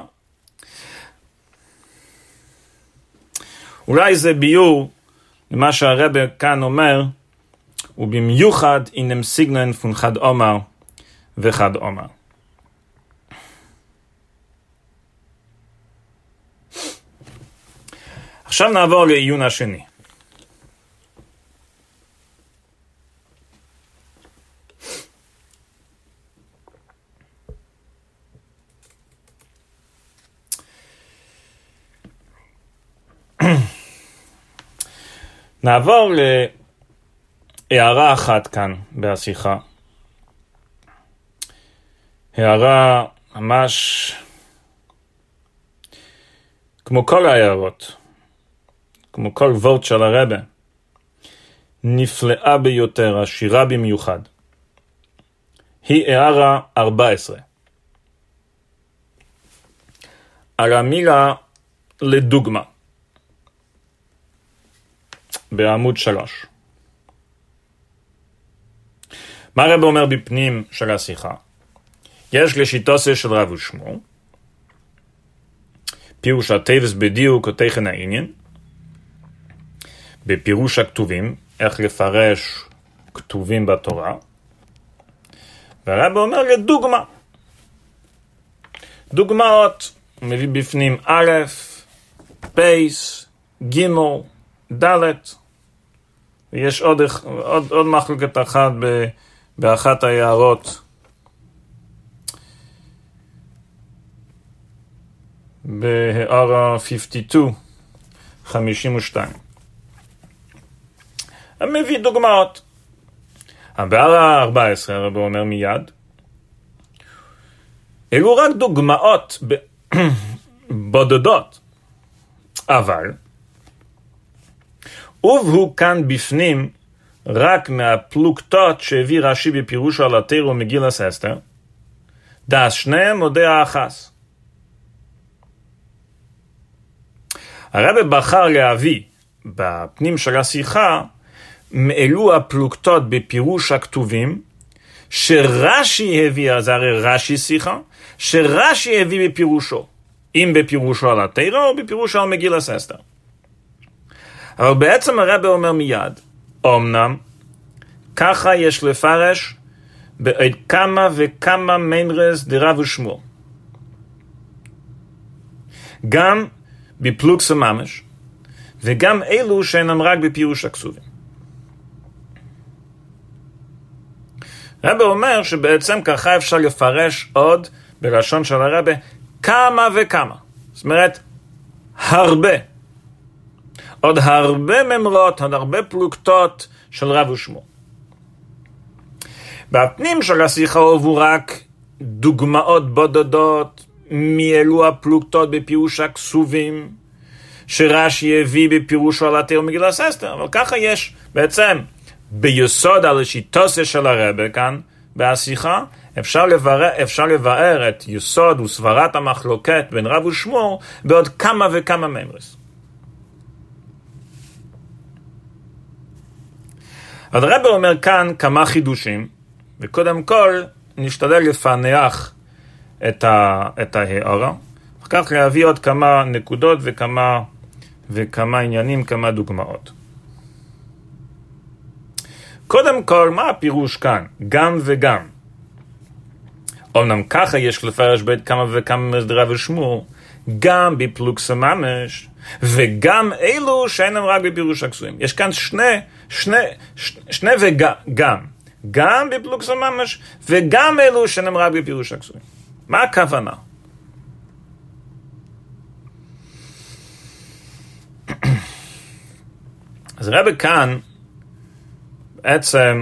אולי זה ביור למה שהרבא כאן אומר, ובמיוחד אינם סיגנון פון חד אומר וחד אומר. עכשיו נעבור לעיון השני. נעבור להערה אחת כאן בשיחה. הערה ממש כמו כל ההערות, כמו כל וורט של הרבא, נפלאה ביותר, עשירה במיוחד. היא הערה ארבע עשרה. על המילה לדוגמה. בעמוד שלוש. מה הרב אומר בפנים של השיחה? יש לשיטוסי של רב ושמו, פירוש הטייבס בדיוק או תכן העניין, בפירוש הכתובים, איך לפרש כתובים בתורה, והרב אומר לדוגמה. דוגמאות, הוא מביא בפנים א', פייס, גימל, דלת, ויש עוד, עוד, עוד מחלוקת אחת ב, באחת ההערות בהערה חמישים ושתיים. אני מביא דוגמאות. בהערה ארבע עשרה הרב אומר מיד, אלו רק דוגמאות בודדות, אבל ובהו כאן בפנים רק מהפלוגתות שהביא רש"י בפירושו על התורה ומגילת אסתר, דאס שניהם או דעה אחת. הרב בחר להביא בפנים של השיחה מאלו הפלוגתות בפירוש הכתובים שרש"י הביא, אז הרי רש"י שיחה, שרש"י הביא בפירושו, אם בפירושו על התורה או בפירושו על מגילת אסתר. אבל בעצם הרב אומר מיד, אמנם, ככה יש לפרש בעוד כמה וכמה מימרס דרב ושמו. גם בפלוגתא ממש, וגם אלו שאינם רק בפירוש הכתובים. הרב אומר שבעצם ככה אפשר לפרש עוד בלשון של הרב כמה וכמה. זאת אומרת, הרבה. עוד הרבה ממרות, עוד הרבה פלוגתות של רב ושמו. בפנים של השיחה הובאו רק דוגמאות בודדות מאלו הפלוגתות בפירוש הכתובים שרש"י הביא בפירושו על התורה ומגילת אסתר, אבל ככה יש בעצם ביסוד על השיטוסי של הרב כאן בשיחה, אפשר לבאר, אפשר לבאר את יסוד וסברת המחלוקת בין רב ושמו בעוד כמה וכמה ממרס. אז הרב אומר כאן כמה חידושים, וקודם כל נשתדל לפענח את, ה, את ההערה, אחר כך להביא עוד כמה נקודות וכמה, וכמה עניינים, כמה דוגמאות. קודם כל, מה הפירוש כאן? גם וגם. אומנם ככה יש לפרש בית כמה וכמה מסדרה ושמו, גם בפלוגתא ממש, וגם אלו שאינם רק בפירוש הכתובים. יש כאן שני, שני, שני וגם. גם בפלוגתא ממש, וגם אלו שאינם רק בפירוש הכתובים. מה הכוונה? אז הרב כאן בעצם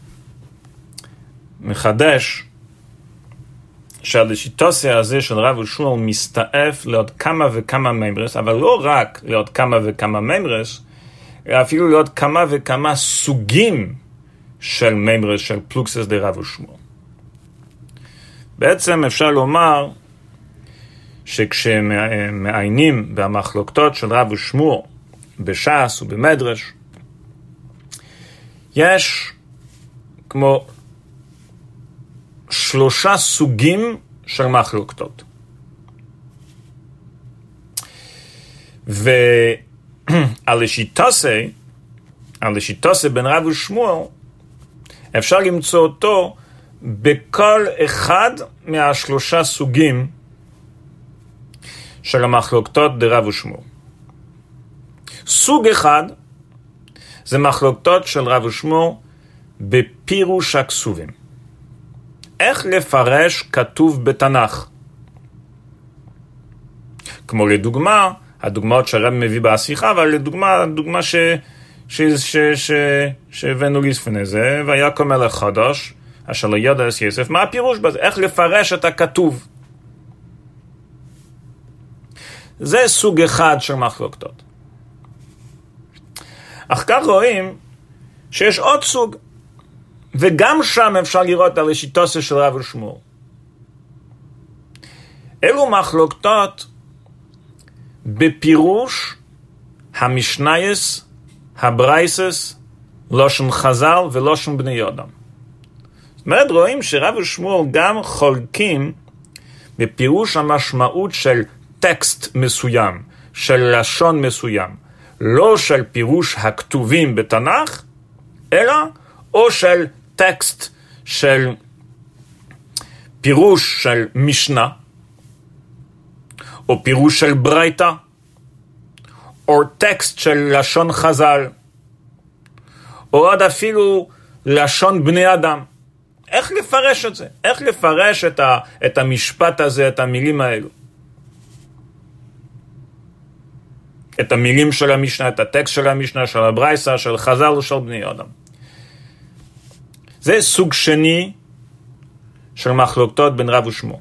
מחדש שהשיטוסי הזה של רב ושמואל מסתעף לעוד כמה וכמה ממרס, אבל לא רק לעוד כמה וכמה ממרס, אלא אפילו לעוד כמה וכמה סוגים של מימרס, של פלוקסס דה רב ושמואל. בעצם אפשר לומר שכשמעיינים במחלוקתות של רב ושמואל בש"ס ובמדרש, יש כמו שלושה סוגים של מחלוקתות. ועל השיטוסי, על השיטוסי בין רב ושמואל, אפשר למצוא אותו בכל אחד מהשלושה סוגים של המחלוקתות דרב ושמואל. סוג אחד זה מחלוקתות של רב ושמואל בפירוש הכסובים. איך לפרש כתוב בתנ"ך? כמו לדוגמה, הדוגמאות שהרב מביא בשיחה, אבל לדוגמה, הדוגמה ש... ש... ש... ש... שהבאנו לפני זה, ויקום מלך חדש, אשר לא ידע את יוסף, מה הפירוש בזה? איך לפרש את הכתוב? זה סוג אחד של מחלוקתות. אך כך רואים שיש עוד סוג, וגם שם אפשר לראות על השיטוסי של רב ושמואל. אלו מחלוקתות בפירוש המשנייס, הברייסס, לושן חז"ל ולושן בני אדם. זאת אומרת, רואים שרב ושמואל גם חולקים בפירוש המשמעות של טקסט מסוים, של לשון מסוים, לא של פירוש הכתובים בתנ"ך, אלא או של טקסט של פירוש של משנה, או פירוש של ברייתא, או טקסט של לשון חז"ל, או עוד אפילו לשון בני אדם. איך לפרש את זה? איך לפרש את, ה, את המשפט הזה, את המילים האלו? את המילים של המשנה, את הטקסט של המשנה, של הברייתא, של חז"ל ושל בני אדם. זה סוג שני של מחלוקתות בין רב ושמואל.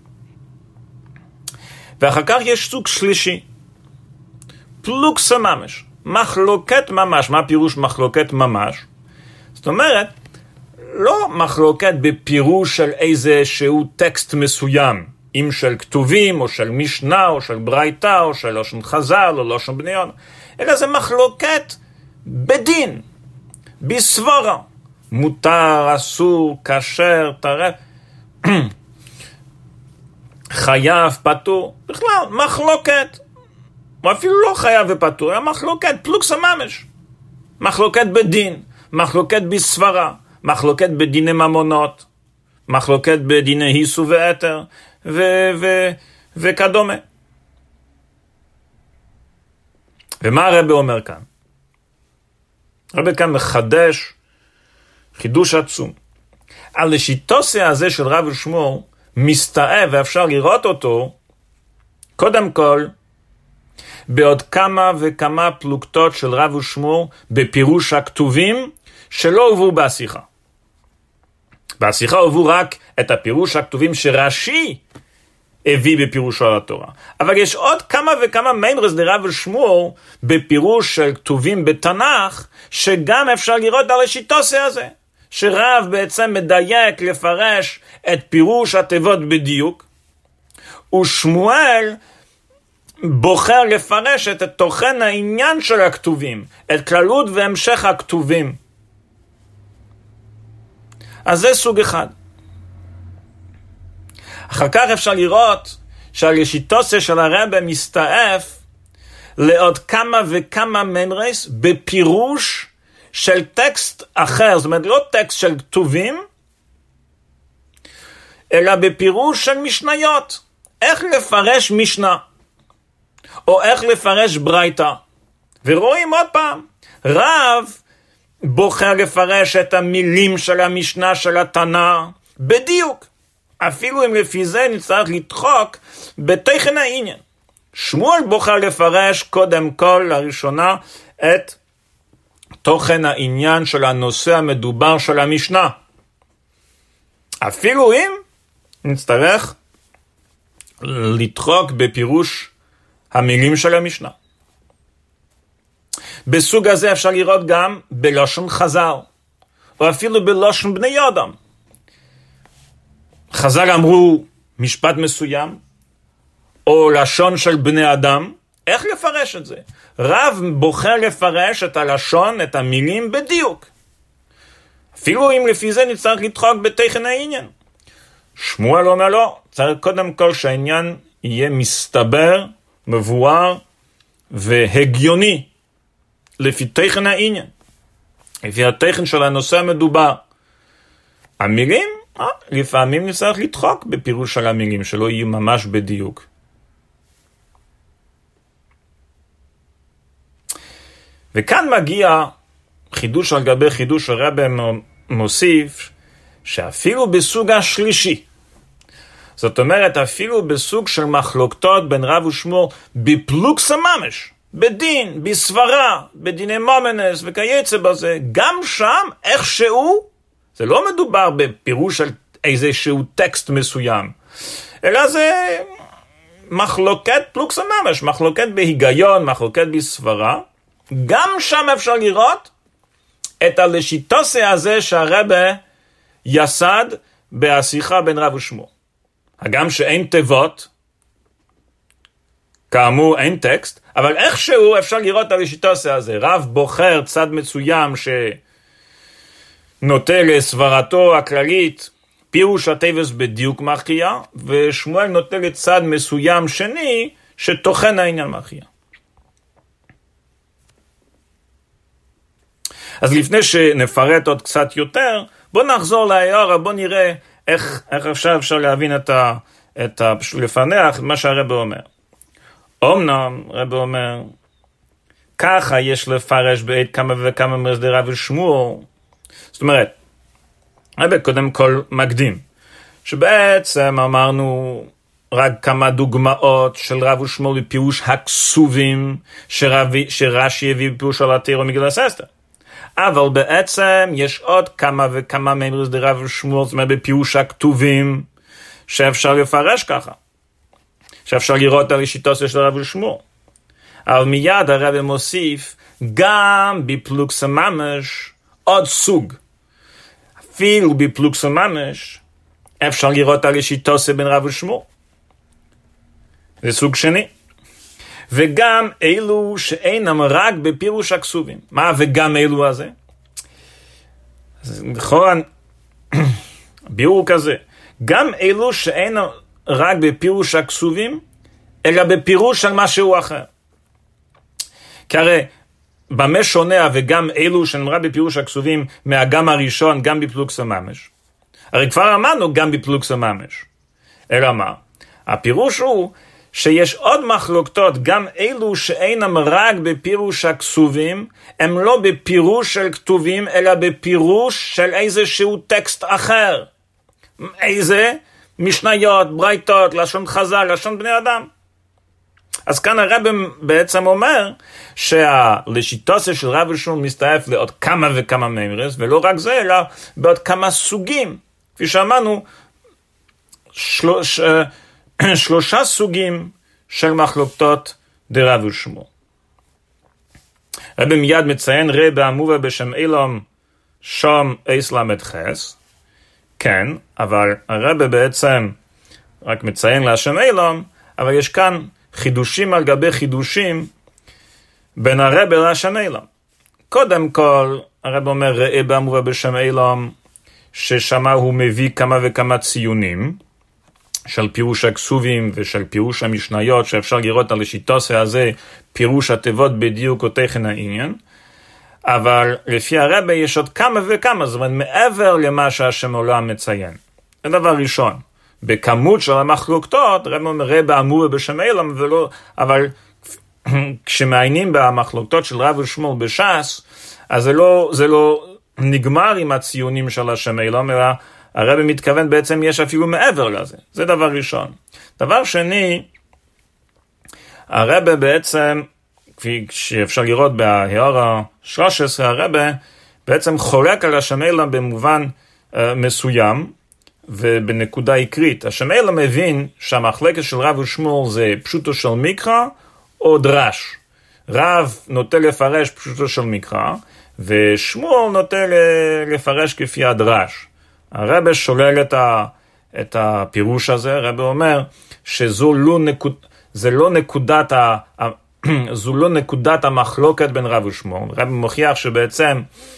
ואחר כך יש סוג שלישי, פלוקסה ממש, מחלוקת ממש. מה פירוש מחלוקת ממש? זאת אומרת, לא מחלוקת בפירוש של איזה שהוא טקסט מסוים, אם של כתובים, או של משנה, או של ברייתא, או של לשון חז"ל, או לשון בני אדם, אלא זה מחלוקת בדין, בסברה, מותר, אסור, כשר, טרף, חייב, פטור, בכלל, מחלוקת, או אפילו לא חייב ופטור, אלא מחלוקת, פלוקסה ממש, מחלוקת בדין, מחלוקת בסברה, מחלוקת בדיני ממונות, מחלוקת בדיני היסו ואתר, ו- ו- וכדומה. ומה הרב אומר כאן? הרב כאן מחדש חידוש עצום. על השיטוסי הזה של רב ושמואל מסתאב, ואפשר לראות אותו, קודם כל, בעוד כמה וכמה פלוגתות של רב ושמואל בפירוש הכתובים שלא הובאו בשיחה. בשיחה הובאו רק את הפירוש הכתובים שרש"י הביא בפירושו על התורה. אבל יש עוד כמה וכמה מימרס דרב ושמואל בפירוש של כתובים בתנ"ך, שגם אפשר לראות על השיטוסי הזה. שרב בעצם מדייק לפרש את פירוש התיבות בדיוק, ושמואל בוחר לפרש את תוכן העניין של הכתובים, את כללות והמשך הכתובים. אז זה סוג אחד. אחר כך אפשר לראות שהשיטוסי של הרב מסתעף לעוד כמה וכמה מימרס בפירוש של טקסט אחר, זאת אומרת לא טקסט של כתובים, אלא בפירוש של משניות. איך לפרש משנה, או איך לפרש ברייתא. ורואים עוד פעם, רב בוחר לפרש את המילים של המשנה של התנא בדיוק, אפילו אם לפי זה נצטרך לדחוק בתוכן העניין. שמואל בוחר לפרש קודם כל לראשונה את תוכן העניין של הנושא המדובר של המשנה, אפילו אם נצטרך לדחוק בפירוש המילים של המשנה. בסוג הזה אפשר לראות גם בלושן חז"ל, או אפילו בלושן בני אדם. חז"ל אמרו משפט מסוים, או לשון של בני אדם, איך לפרש את זה? רב בוחר לפרש את הלשון, את המילים בדיוק. אפילו אם לפי זה נצטרך לדחוק בתכן העניין. שמואל אומר לא, צריך קודם כל שהעניין יהיה מסתבר, מבואר והגיוני, לפי תכן העניין, לפי התכן של הנושא המדובר. המילים, אה, לפעמים נצטרך לדחוק בפירוש של המילים, שלא יהיו ממש בדיוק. וכאן מגיע חידוש על גבי חידוש, הרב מוסיף שאפילו בסוג השלישי, זאת אומרת אפילו בסוג של מחלוקתות בין רב ושמואל בפלוגתא ממש, בדין, בסברה, בדיני מומנס וכייצא בזה, גם שם איכשהו, זה לא מדובר בפירוש של איזשהו טקסט מסוים, אלא זה מחלוקת פלוגתא ממש, מחלוקת בהיגיון, מחלוקת בסברה, גם שם אפשר לראות את הלשיטוסי הזה שהרבא יסד בשיחה בין רב ושמואל. הגם שאין תיבות, כאמור אין טקסט, אבל איכשהו אפשר לראות את הלשיטוסי הזה. רב בוחר צד מסוים שנוטה לסברתו הכללית, פירוש הטייבס בדיוק מכריע, ושמואל נוטה לצד מסוים שני שתוכן העניין מכריע. אז לפני שנפרט עוד קצת יותר, בוא נחזור להערה, בוא נראה איך, איך אפשר, אפשר להבין את ה, את ה, לפענח מה שהרב אומר. אומנם, רב אומר, ככה יש לפרש בעת כמה וכמה מסדי רב ושמואל. זאת אומרת, רב קודם כל מקדים, שבעצם אמרנו רק כמה דוגמאות של רב ושמואל בפירוש הכסובים, שרש"י הביא בפירוש על התורה מגילת אסתר. אבל בעצם יש עוד כמה וכמה מימרס דרב ושמואל, זאת אומרת בפירוש הכתובים, שאפשר לפרש ככה, שאפשר לראות על השיטות של רב ושמואל. אבל מיד הרב מוסיף, גם בפלוגתא ממש, עוד סוג. אפילו בפלוגתא ממש, אפשר לראות על השיטות בין רב ושמואל. זה סוג שני. וגם אלו שאינם רק בפירוש הכסובים. מה וגם אלו הזה? נכון, ביאור כזה. גם אלו שאינם רק בפירוש הכסובים, אלא בפירוש של משהו אחר. כי הרי במה שונה וגם אלו שאינם רק בפירוש הכסובים מהגם הראשון, גם בפלוגתא ממש. הרי כבר אמרנו גם בפלוגתא ממש. אלא מה? הפירוש הוא שיש עוד מחלוקתות, גם אלו שאינם רק בפירוש הכסובים, הם לא בפירוש של כתובים, אלא בפירוש של איזשהו טקסט אחר. איזה? משניות, ברייתות, לשון חז"ל, לשון בני אדם. אז כאן הרב בעצם אומר שהלשיטוסיה של רב ושמואל מסתעף לעוד כמה וכמה מימרס, ולא רק זה, אלא בעוד כמה סוגים. כפי שאמרנו, שלוש... שלושה סוגים של מחלוקתות דרב ושמואל. רב מיד מציין רב המובא בשם אילום שום אס למד חס, כן, אבל הרב בעצם רק מציין לשם אילום, אבל יש כאן חידושים על גבי חידושים בין הרב לשם אילום. קודם כל, הרב אומר רב המובא בשם אילום, ששמה הוא מביא כמה וכמה ציונים, של פירוש הכסובים ושל פירוש המשניות, שאפשר לראות על השיטוסיה הזה, פירוש התיבות בדיוק או תכן העניין, אבל לפי הרב יש עוד כמה וכמה, זאת אומרת, מעבר למה שהשם עולם מציין. זה דבר ראשון. בכמות של המחלוקתות, הרב אומר רב המובא בשם אילום, ולא, אבל כשמעיינים במחלוקתות של רב ושמואל בש"ס, אז זה לא, זה לא נגמר עם הציונים של השם אילום, אלא הרב מתכוון בעצם יש אפילו מעבר לזה. זה דבר ראשון. דבר שני, הרב בעצם, כפי שאפשר לראות בהערה שלוש עשרה, הרב בעצם חולק על השם אילום במובן uh, מסוים, ובנקודה עיקרית. השם אילום מבין שהמחלקת של רב ושמואל זה פשוטו של מקרא או דרש. רב נוטה לפרש פשוטו של מקרא, ושמואל נוטה לפרש כפי הדרש. הרב שולל את, ה, את הפירוש הזה, הרב אומר שזו לא, נקוד, זה לא נקודת ה... זו לא נקודת המחלוקת בין רב ושמואל. הרב מוכיח שבעצם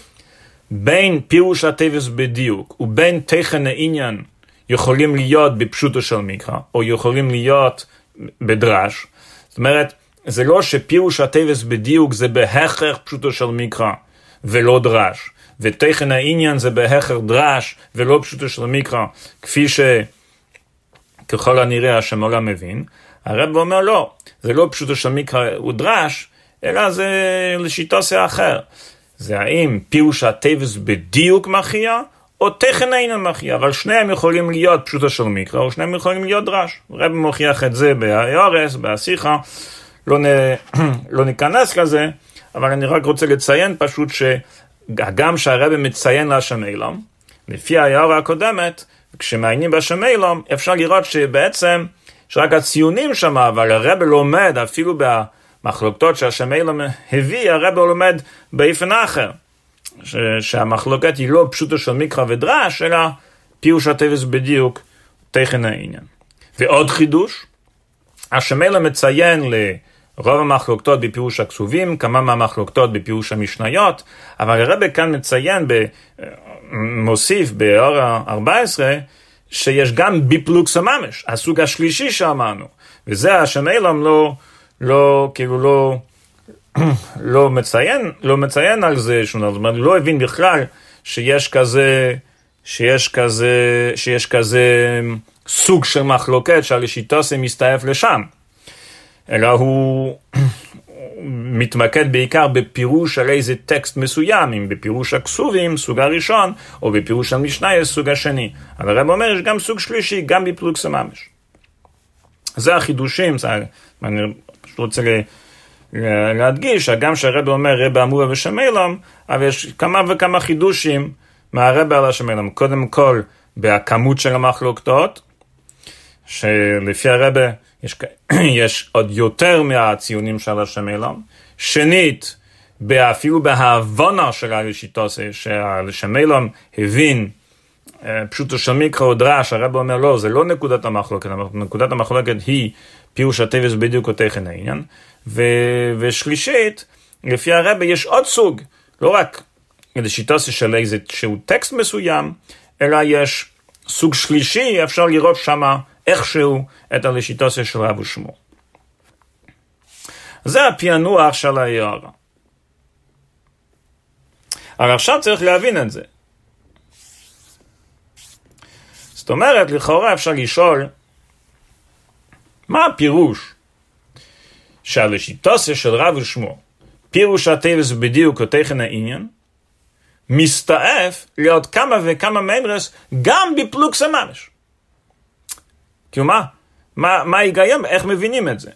בין פירוש הטבס בדיוק ובין תכן העניין יכולים להיות בפשוטו של מקרא, או יכולים להיות בדרש. זאת אומרת, זה לא שפירוש הטבס בדיוק זה בהכרח פשוטו של מקרא ולא דרש, ותכן העניין זה בהכרח דרש ולא פשוטו של מקרא, כפי שככל הנראה השם עולם מבין. הרב אומר לא, זה לא פשוטו של מקרא ודרש, אלא זה לשיטוסי אחר. זה האם פירוש הטבס בדיוק מכריע, או תכן העניין מכריע, אבל שניהם יכולים להיות פשוטו של מקרא, או שניהם יכולים להיות דרש. הרב מוכיח את זה באורס, בשיחה, לא, נ... לא ניכנס לזה, אבל אני רק רוצה לציין פשוט שגם שהרב מציין להשם אילם, לפי ההערה הקודמת, כשמעיינים בהשם אילם, אפשר לראות שבעצם יש רק הציונים שם, אבל הרב לומד אפילו במחלוקתות שהשם אילם הביא, הרב לומד באופן אחר, ש... שהמחלוקת היא לא פשוטו של מקרא ודרש, אלא פירוש הטבס בדיוק תכן העניין. ועוד חידוש, השם אילם מציין ל... רוב המחלוקתות בפירוש הכסובים, כמה מהמחלוקתות בפירוש המשניות, אבל הרב כאן מציין, ב, מוסיף באור ה-ארבע עשרה, שיש גם ביפלוקס הממש, הסוג השלישי שאמרנו, וזה השם אילם לא, לא, כאילו לא, לא מציין, לא מציין על זה, זאת אומרת, לא הבין בכלל שיש כזה, שיש כזה, שיש כזה סוג של מחלוקת שהלשיטוסי מסתעף לשם. אלא הוא מתמקד בעיקר בפירוש של איזה טקסט מסוים, אם בפירוש הכסובים, סוג הראשון, או בפירוש המשנה, סוג השני. אבל הרב אומר, יש גם סוג שלישי, גם בפלוקס הממש. זה החידושים, זה, אני פשוט רוצה להדגיש, גם שהרב אומר, רב אמורה ושם אילם, אבל יש כמה וכמה חידושים מהרב על השם אילם. קודם כל, בכמות של המחלוקתות, שלפי הרב, יש, יש עוד יותר מהציונים של השם אילם. שנית, אפילו בהבנה של הלשיטוסי, שהשם אילם הבין פשוטו של מקרא ודרש, הרב אומר לא, זה לא נקודת המחלוקת, נקודת המחלוקת היא פירוש הטבס בדיוק או תכן העניין. ו, ושלישית, לפי הרב יש עוד סוג, לא רק לשיטוסי של איזה שהוא טקסט מסוים, אלא יש סוג שלישי, אפשר לראות שמה איכשהו את הלשיטוסיה של רב ושמואל. זה הפענוח של ההערה. אבל עכשיו צריך להבין את זה. זאת אומרת, לכאורה אפשר לשאול, מה הפירוש שהלשיטוסיה של רב ושמואל, פירוש הטבס בדיוק או תכן העניין, מסתעף להיות כמה וכמה מימרס גם בפלוקס הממש. כאילו מה? מה, מה היגיון? איך מבינים את זה?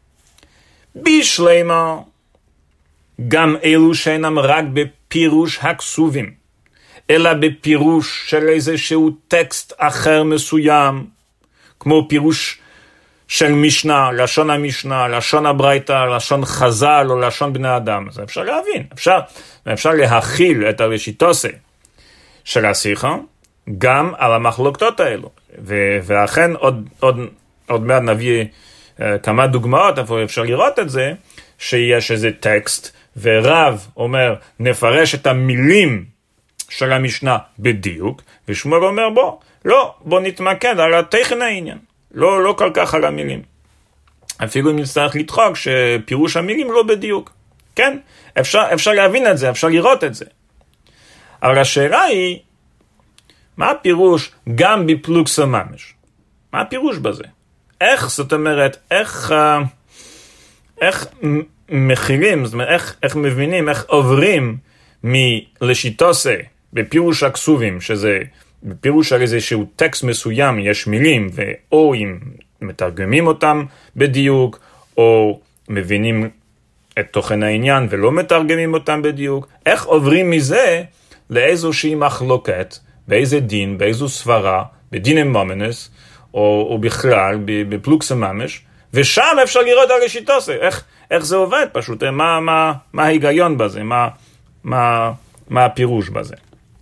בשלמה, גם אלו שאינם רק בפירוש הכסובים, אלא בפירוש של איזשהו טקסט אחר מסוים, כמו פירוש של משנה, לשון המשנה, לשון הברייתא, לשון חז"ל או לשון בני אדם. אז אפשר להבין, אפשר, אפשר להכיל את הלשיטוסי של השיחה, גם על המחלוקתות האלו. ו- ואכן עוד, עוד, עוד מעט נביא uh, כמה דוגמאות, אבל אפשר לראות את זה, שיש איזה טקסט, ורב אומר, נפרש את המילים של המשנה בדיוק, ושמואל אומר, בוא, לא, בוא נתמקד על התכן העניין, לא, לא כל כך על המילים. אפילו אם נצטרך לדחוק שפירוש המילים לא בדיוק. כן, אפשר, אפשר להבין את זה, אפשר לראות את זה. אבל השאלה היא, מה הפירוש גם בפלוקס הממש? מה הפירוש בזה? איך, זאת אומרת, איך, איך מכילים, זאת אומרת, איך, איך מבינים, איך עוברים מלשיטוסי בפירוש הכסובים, שזה בפירוש על איזשהו טקסט מסוים, יש מילים, או אם מתרגמים אותם בדיוק, או מבינים את תוכן העניין ולא מתרגמים אותם בדיוק, איך עוברים מזה לאיזושהי מחלוקת, באיזה דין, באיזו סברה, בדין אמומנס, או, או בכלל, בפלוקס הממש, ושם אפשר לראות על השיטוסי, איך, איך זה עובד פשוט, מה, מה, מה ההיגיון בזה, מה, מה, מה הפירוש בזה.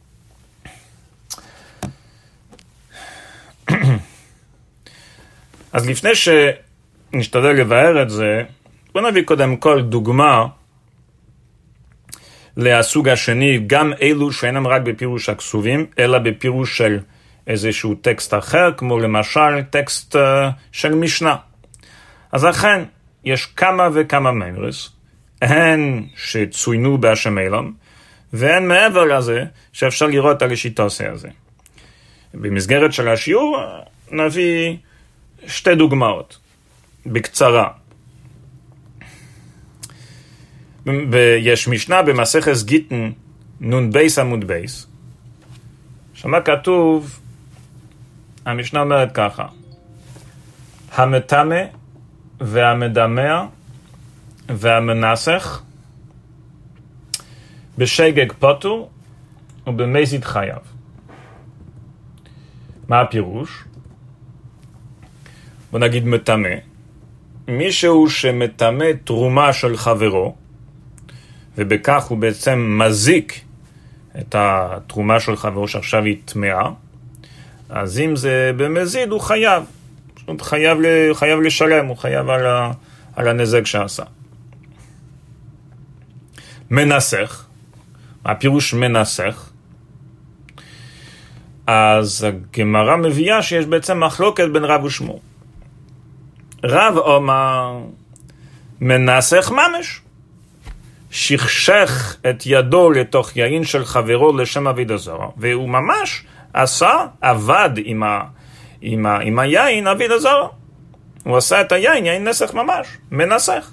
אז לפני שנשתדל לבאר את זה, בוא נביא קודם כל דוגמה לסוג השני, גם אלו שאינם רק בפירוש הכסובים, אלא בפירוש של איזשהו טקסט אחר, כמו למשל טקסט uh, של משנה. אז אכן, יש כמה וכמה ממרס, הן שצוינו בהשם אילם, והן מעבר לזה שאפשר לראות על השיטוסי הזה. במסגרת של השיעור נביא שתי דוגמאות, בקצרה. ויש משנה במסכת גיטין נון בייס עמוד בייס, שמה כתוב, המשנה אומרת ככה, המטמא והמדמע והמנסח בשגג פוטור ובמזיד חייב. מה הפירוש? בוא נגיד מטמא, מישהו שמטמא תרומה של חברו, ובכך הוא בעצם מזיק את התרומה של חברו שעכשיו היא טמאה, אז אם זה במזיד הוא חייב, הוא חייב, חייב לשלם, הוא חייב על, ה, על הנזק שעשה. מנסח, הפירוש מנסח, אז הגמרא מביאה שיש בעצם מחלוקת בין רב ושמו. רב אומר מנסח ממש, שכשך את ידו לתוך יין של חברו לשם עבודה זרה, והוא ממש עשה, עבד עם, ה, עם, ה, עם היין עבודה זרה. הוא עשה את היין, יין נסח ממש, מנסח.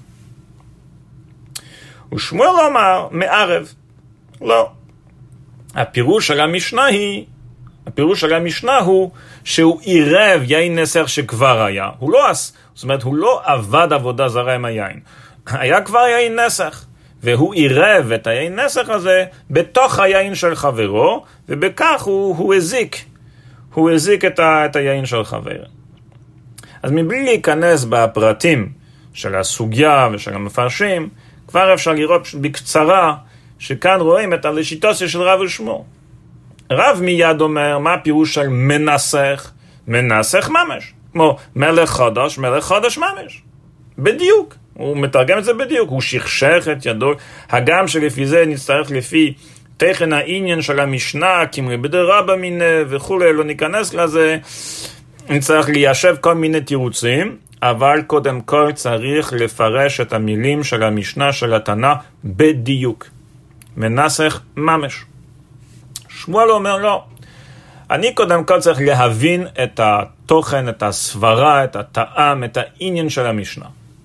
ושמואל אומר מערב. לא. הפירוש של המשנה היא, הפירוש של המשנה הוא שהוא עירב יין נסח שכבר היה. הוא לא עש, זאת אומרת, הוא לא עבד עבודה זרה עם היין. היה כבר יין נסח. והוא עירב את היין נסח הזה בתוך היין של חברו, ובכך הוא, הוא הזיק. הוא הזיק את, ה, את היין של חבר. אז מבלי להיכנס בפרטים של הסוגיה ושל המפרשים, כבר אפשר לראות בקצרה שכאן רואים את הלשיטוסיה של רב ושמו. רב מיד אומר, מה הפירוש של מנסח? מנסח ממש. כמו מלך חודש, מלך חודש ממש. בדיוק. הוא מתרגם את זה בדיוק. הוא שכשך את ידו. הגם שלפי זה נצטרך לפי תכן העניין של המשנה, כמרי בדרבא מינה וכו', לא ניכנס לזה. נצטרך ליישב כל מיני תירוצים, אבל קודם כל צריך לפרש את המילים של המשנה של התנא בדיוק. מנסח ממש. שמואל אומר לא. אני קודם כל צריך להבין את התוכן, את הסברה, את הטעם, את העניין של המשנה.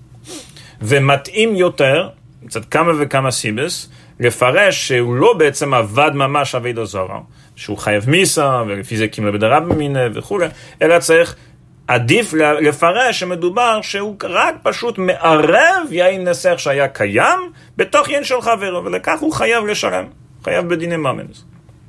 ומתאים יותר, קצת כמה וכמה סיבס, לפרש שהוא לא בעצם עבד ממש עבודה זרה, שהוא חייב מיסה, ולפי זה כמרי בדרבא מינה וכו', אלא צריך עדיף לפרש שמדובר שהוא רק פשוט מערב יין נסח שהיה קיים בתוך יין של חברו, ולכך הוא חייב לשלם, חייב בדיני ממונס.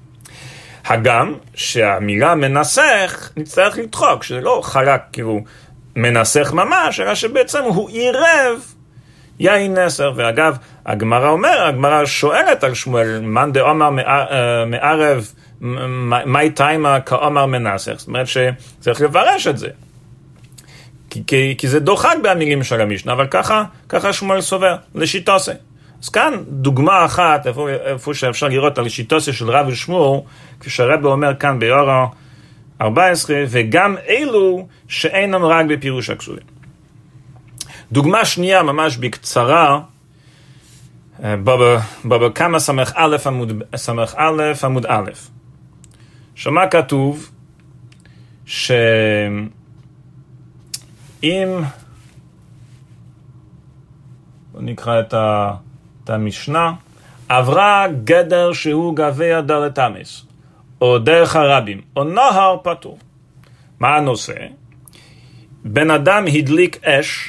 הגם שהמילה מנסח נצטרך לדחוק, שזה לא חלק כאילו מנסח ממש, אלא שבעצם הוא עירב יין נסח. ואגב, הגמרא אומר, הגמרא שואלת על שמואל, מאן דאמר מערב, מאי תימא כאמר מנסח. זאת אומרת שצריך לפרש את זה. כי, כי, כי זה דוחק במילים של המשנה, אבל ככה, ככה שמואל סובר, לשיטוסי. אז כאן דוגמה אחת, איפה, איפה שאפשר לראות על השיטוסי של רב ושמואל, כשהרב אומר כאן באור ארבע עשרה, וגם אלו שאינם רק בפירוש הכסובים. דוגמה שנייה, ממש בקצרה, בבא קמא סמך א' עמוד, סמך א' עמוד א'. שמה כתוב שאם בוא נקרא את, ה, את המשנה, עברה גדר שהוא גבי דלת אמס, או דרך הרבים, או נהר פטור. מה הנושא? בן אדם הדליק אש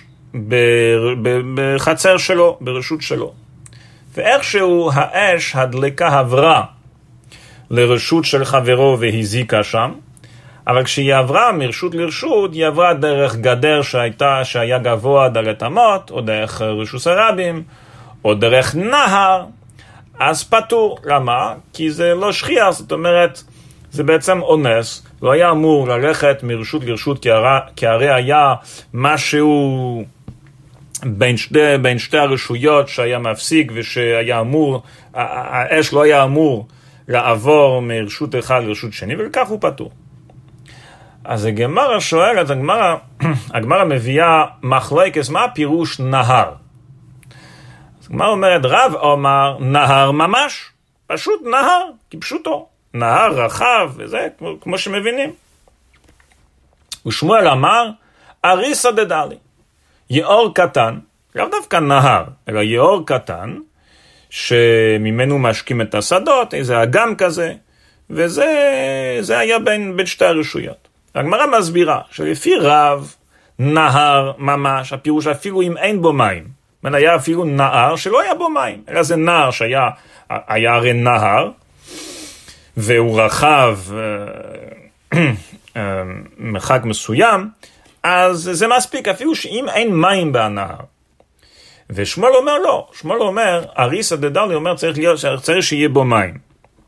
בחצר שלו, ברשות שלו. ואיכשהו האש הדליקה עברה לרשות של חברו והזיקה שם, אבל כשהיא עברה מרשות לרשות, היא עברה דרך גדר שהייתה, שהיה גבוה דלת אמות, או דרך רשוס הרבים, או דרך נהר, אז פטור. למה? כי זה לא שכיח, זאת אומרת, זה בעצם אונס, לא היה אמור ללכת מרשות לרשות, כי הרי, כי הרי היה משהו בין שתי, בין שתי הרשויות שהיה מפסיק, ושהיה אמור, האש לא היה אמור לעבור מרשות אחד לרשות שני, ולכך הוא פטור. אז הגמרא שואלת, הגמרא, הגמרא מביאה מחלוקת, מה הפירוש נהר? אז הגמרא אומרת, רב אומר נהר ממש, פשוט נהר, כפשוטו, נהר רחב, וזה כמו, כמו שמבינים. ושמואל אמר, אריסא דדלי, יאור קטן, לא דווקא נהר, אלא יאור קטן, שממנו משקים את השדות, איזה אגם כזה, וזה זה היה בין, בין שתי הרשויות. הגמרא מסבירה שלפי רב, נהר ממש, הפירוש אפילו אם אין בו מים, מן היה אפילו נהר שלא היה בו מים, אלא זה נהר שהיה היה הרי נהר, והוא רחב מרחק מסוים, אז זה מספיק אפילו שאם אין מים בנהר. ושמואל אומר לא, שמואל אומר, אריסא דדלי אומר צריך, להיות, צריך שיהיה בו מים.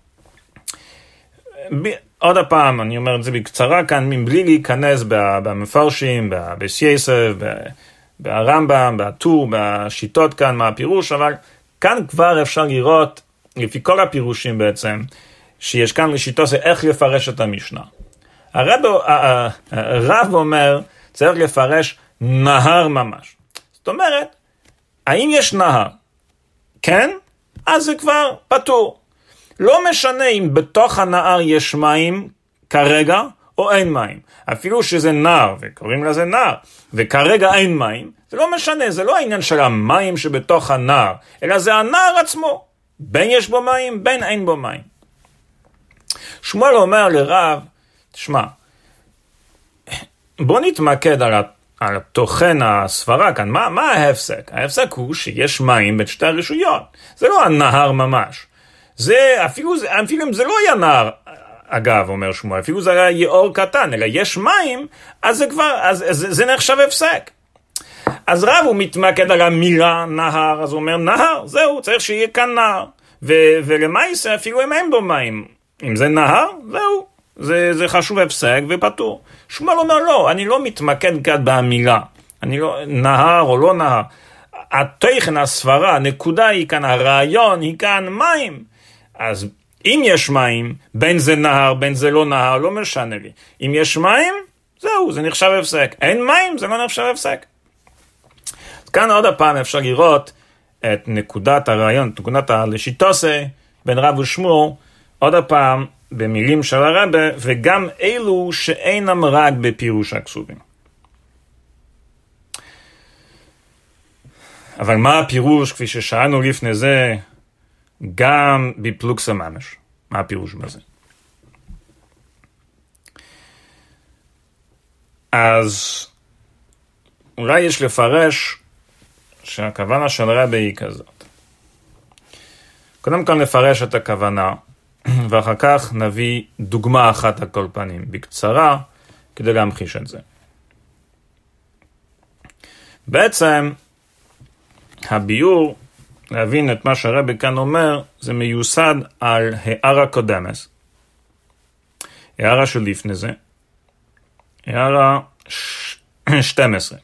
ב... עוד הפעם, אני אומר את זה בקצרה כאן, מבלי להיכנס במפרשים, בסייסב, ברמב"ם, בטור, בשיטות כאן, מה הפירוש, אבל כאן כבר אפשר לראות, לפי כל הפירושים בעצם, שיש כאן לשיטות, זה איך לפרש את המשנה. הרב, הרב אומר, צריך לפרש נהר ממש. זאת אומרת, האם יש נהר? כן? אז זה כבר פטור. לא משנה אם בתוך הנהר יש מים כרגע או אין מים. אפילו שזה נהר, וקוראים לזה נהר, וכרגע אין מים, זה לא משנה, זה לא העניין של המים שבתוך הנהר, אלא זה הנהר עצמו. בין יש בו מים, בין אין בו מים. שמואל אומר לרב, תשמע, בוא נתמקד על, על תוכן הסברה כאן. מה, מה ההפסק? ההפסק הוא שיש מים בין שתי הרשויות. זה לא הנהר ממש. זה, אפילו, אפילו אם זה לא היה נהר, אגב, אומר שמואל, אפילו זה היה יאור קטן, אלא יש מים, אז זה כבר, אז, אז זה נחשב הפסק. אז רב הוא מתמקד על המילה נהר, אז הוא אומר נהר, זהו, צריך שיהיה כאן נהר. ו- ולמעשה אפילו אם אין בו מים, אם זה נהר, זהו, זה, זה חשוב הפסק ופטור. שמואל אומר לא, אני לא מתמקד כאן במילה, אני לא, נהר או לא נהר. התוכן, הסברה, הנקודה היא כאן, הרעיון היא כאן מים. אז אם יש מים, בין זה נהר, בין זה לא נהר, לא משנה לי. אם יש מים, זהו, זה נחשב הפסק. אין מים, זה לא נחשב הפסק. כאן עוד הפעם אפשר לראות את נקודת הרעיון, נקודת הלשיטוסה, בין רב ושמואל, עוד הפעם במילים של הרב, וגם אלו שאינם רק בפירוש הכסובים. אבל מה הפירוש, כפי ששאלנו לפני זה, גם בפלוגסא ממש? מה הפירוש בזה? אז אולי יש לפרש שהכוונה של רבי היא כזאת. קודם כל נפרש את הכוונה, ואחר כך נביא דוגמה אחת על כל פנים, בקצרה, כדי להמחיש את זה. בעצם, הביור, להבין את מה שהרבי כאן אומר, זה מיוסד על הערה קודמת. הערה של לפני זה. הערה שתים עשרה.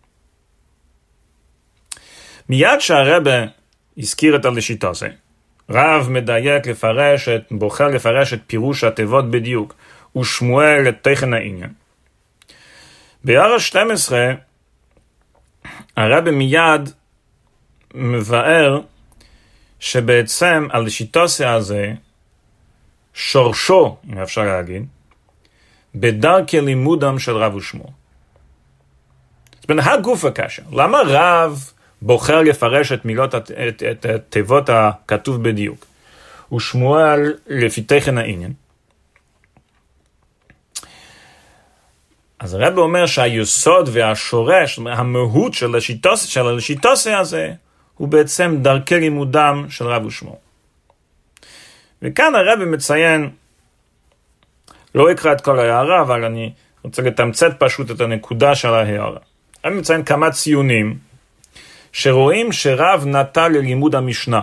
מיד שהרבי הזכיר את הלשיטוסה, רב מדייק לפרש, את, בוחר לפרש את פירוש התיבות בדיוק, ושמואל את תוכן העניין. בהערה שתים עשרה, הרבי מיד מבאר שבעצם הלשיטוסה הזה, שורשו, אם אפשר להגיד, בדרכי לימודם של רב ושמואל. זאת אומרת, הגוף הקשר. למה רב בוחר לפרש את מילות, את, את, את, את תיבות הכתוב בדיוק? ושמואל לפי תוכן העניין. אז הרב אומר שהיסוד והשורש, המהות של השיטוסה, של השיטוסה הזה, הוא בעצם דרכי לימודם של רב ושמואל. וכאן הרב מציין, לא אקרא את כל ההערה, אבל אני רוצה לתמצת פשוט את הנקודה של ההערה. אני מציין כמה ציונים שרואים שרב נטה ללימוד המשנה,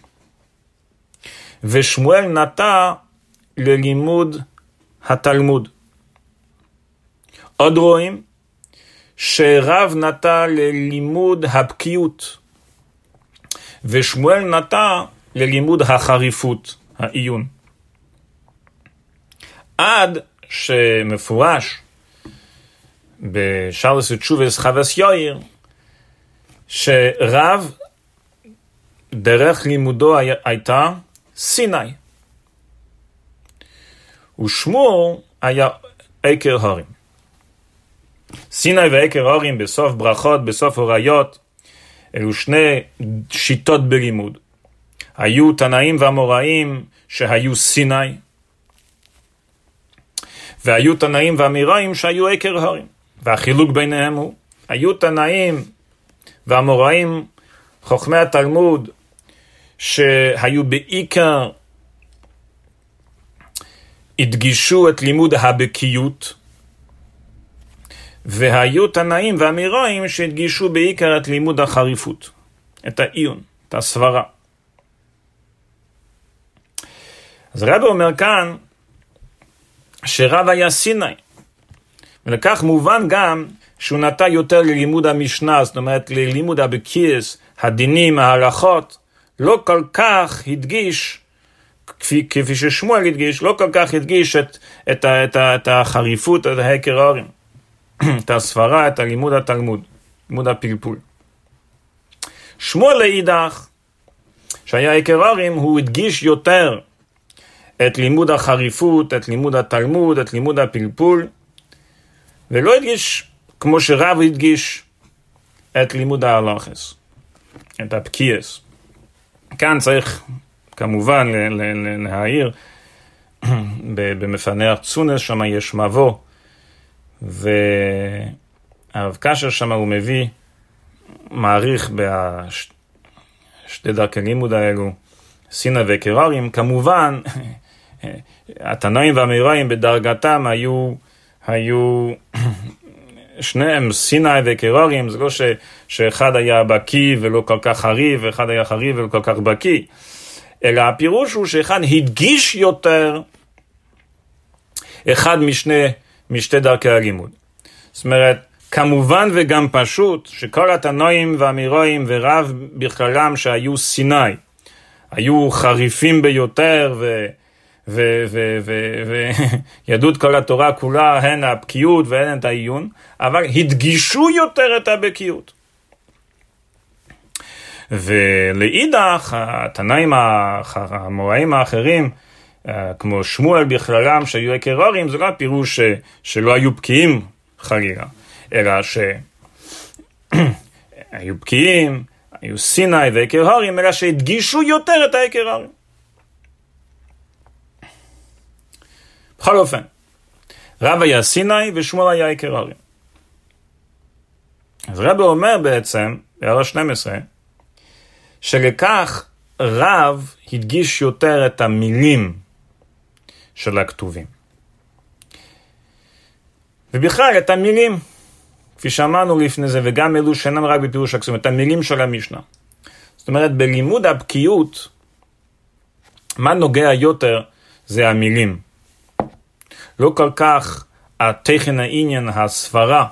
ושמואל נטה ללימוד התלמוד. עוד רואים שרב נטה ללימוד הבקיאות, ושמואל נטה ללימוד החריפות, העיון. עד שמפורש בשלוש תשובס חווס יאיר, שרב דרך לימודו הייתה סיני, ושמואל היה עקר הרים. סיני ועקר הרים בסוף ברכות, בסוף הוריות, אלו שני שיטות בלימוד. היו תנאים ואמוראים שהיו סיני, והיו תנאים ואמוראים שהיו עקר הרים. והחילוק ביניהם הוא, היו תנאים ואמוראים, חוכמי התלמוד, שהיו בעיקר, הדגישו את לימוד הבקיאות, והיו תנאים ואמוראים שהדגישו בעיקר את לימוד החריפות, את העיון, את הסברה. אז רב אומר כאן, שרב היה סיני, ולכך מובן גם שהוא נטה יותר ללימוד המשנה, זאת אומרת ללימוד הבקיאות, הדינים, ההלכות, לא כל כך הדגיש, כפי, כפי ששמואל הדגיש, לא כל כך הדגיש את, את, את, את החריפות, את העקר הרים, את הסברה, את הלימוד התלמוד, לימוד הפלפול. שמואל לאידך, שהיה עקר הרים, הוא הדגיש יותר את לימוד החריפות, את לימוד התלמוד, את לימוד הפלפול, ולא הדגיש, כמו שרב הדגיש, את לימוד ההלכות, את הבקיאות. כאן צריך כמובן להעיר, במפנח צונס, שם יש מבוא, והרב קשר שם הוא מביא, מעריך בשתי דרכי לימוד האלו, סיני ועקר הרים. כמובן, התנאים והאמוראים בדרגתם היו, היו שניהם סיני ועקר הרים, זה לא ש, שאחד היה בקי ולא כל כך חריף, ואחד היה חריף ולא כל כך בקי, אלא הפירוש הוא שאחד הדגיש יותר אחד משני, משתי דרכי הלימוד. זאת אומרת, כמובן וגם פשוט, שכל התנאים והאמוראים ורב בכללם שהיו סיני, היו חריפים ביותר ו... וידעו את כל התורה כולה, הן הבקיאות והן את העיון, אבל הדגישו יותר את הבקיאות. ולאידך, התנאים האמוראים האחרים, כמו שמואל בכללם שהיו עקר הרים, זה לא הפירוש שלא היו בקיאים חלילה, אלא שהיו בקיאים, היו סיני ועקר הרים, אלא שהדגישו יותר את העקר הרים. בכל אופן, רב היה סיני ושמואל היה עקר הרים. אז רב אומר בעצם, בהערה שתים עשרה, שלכך רב הדגיש יותר את המילים של הכתובים. ובכלל את המילים, כפי שאמרנו לפני זה, וגם אלו שאינם רק בפירוש הכתובים, את המילים של המשנה. זאת אומרת, בלימוד הבקיאות, מה נוגע יותר זה המילים. לא כל כך התכן העניין, הסברה.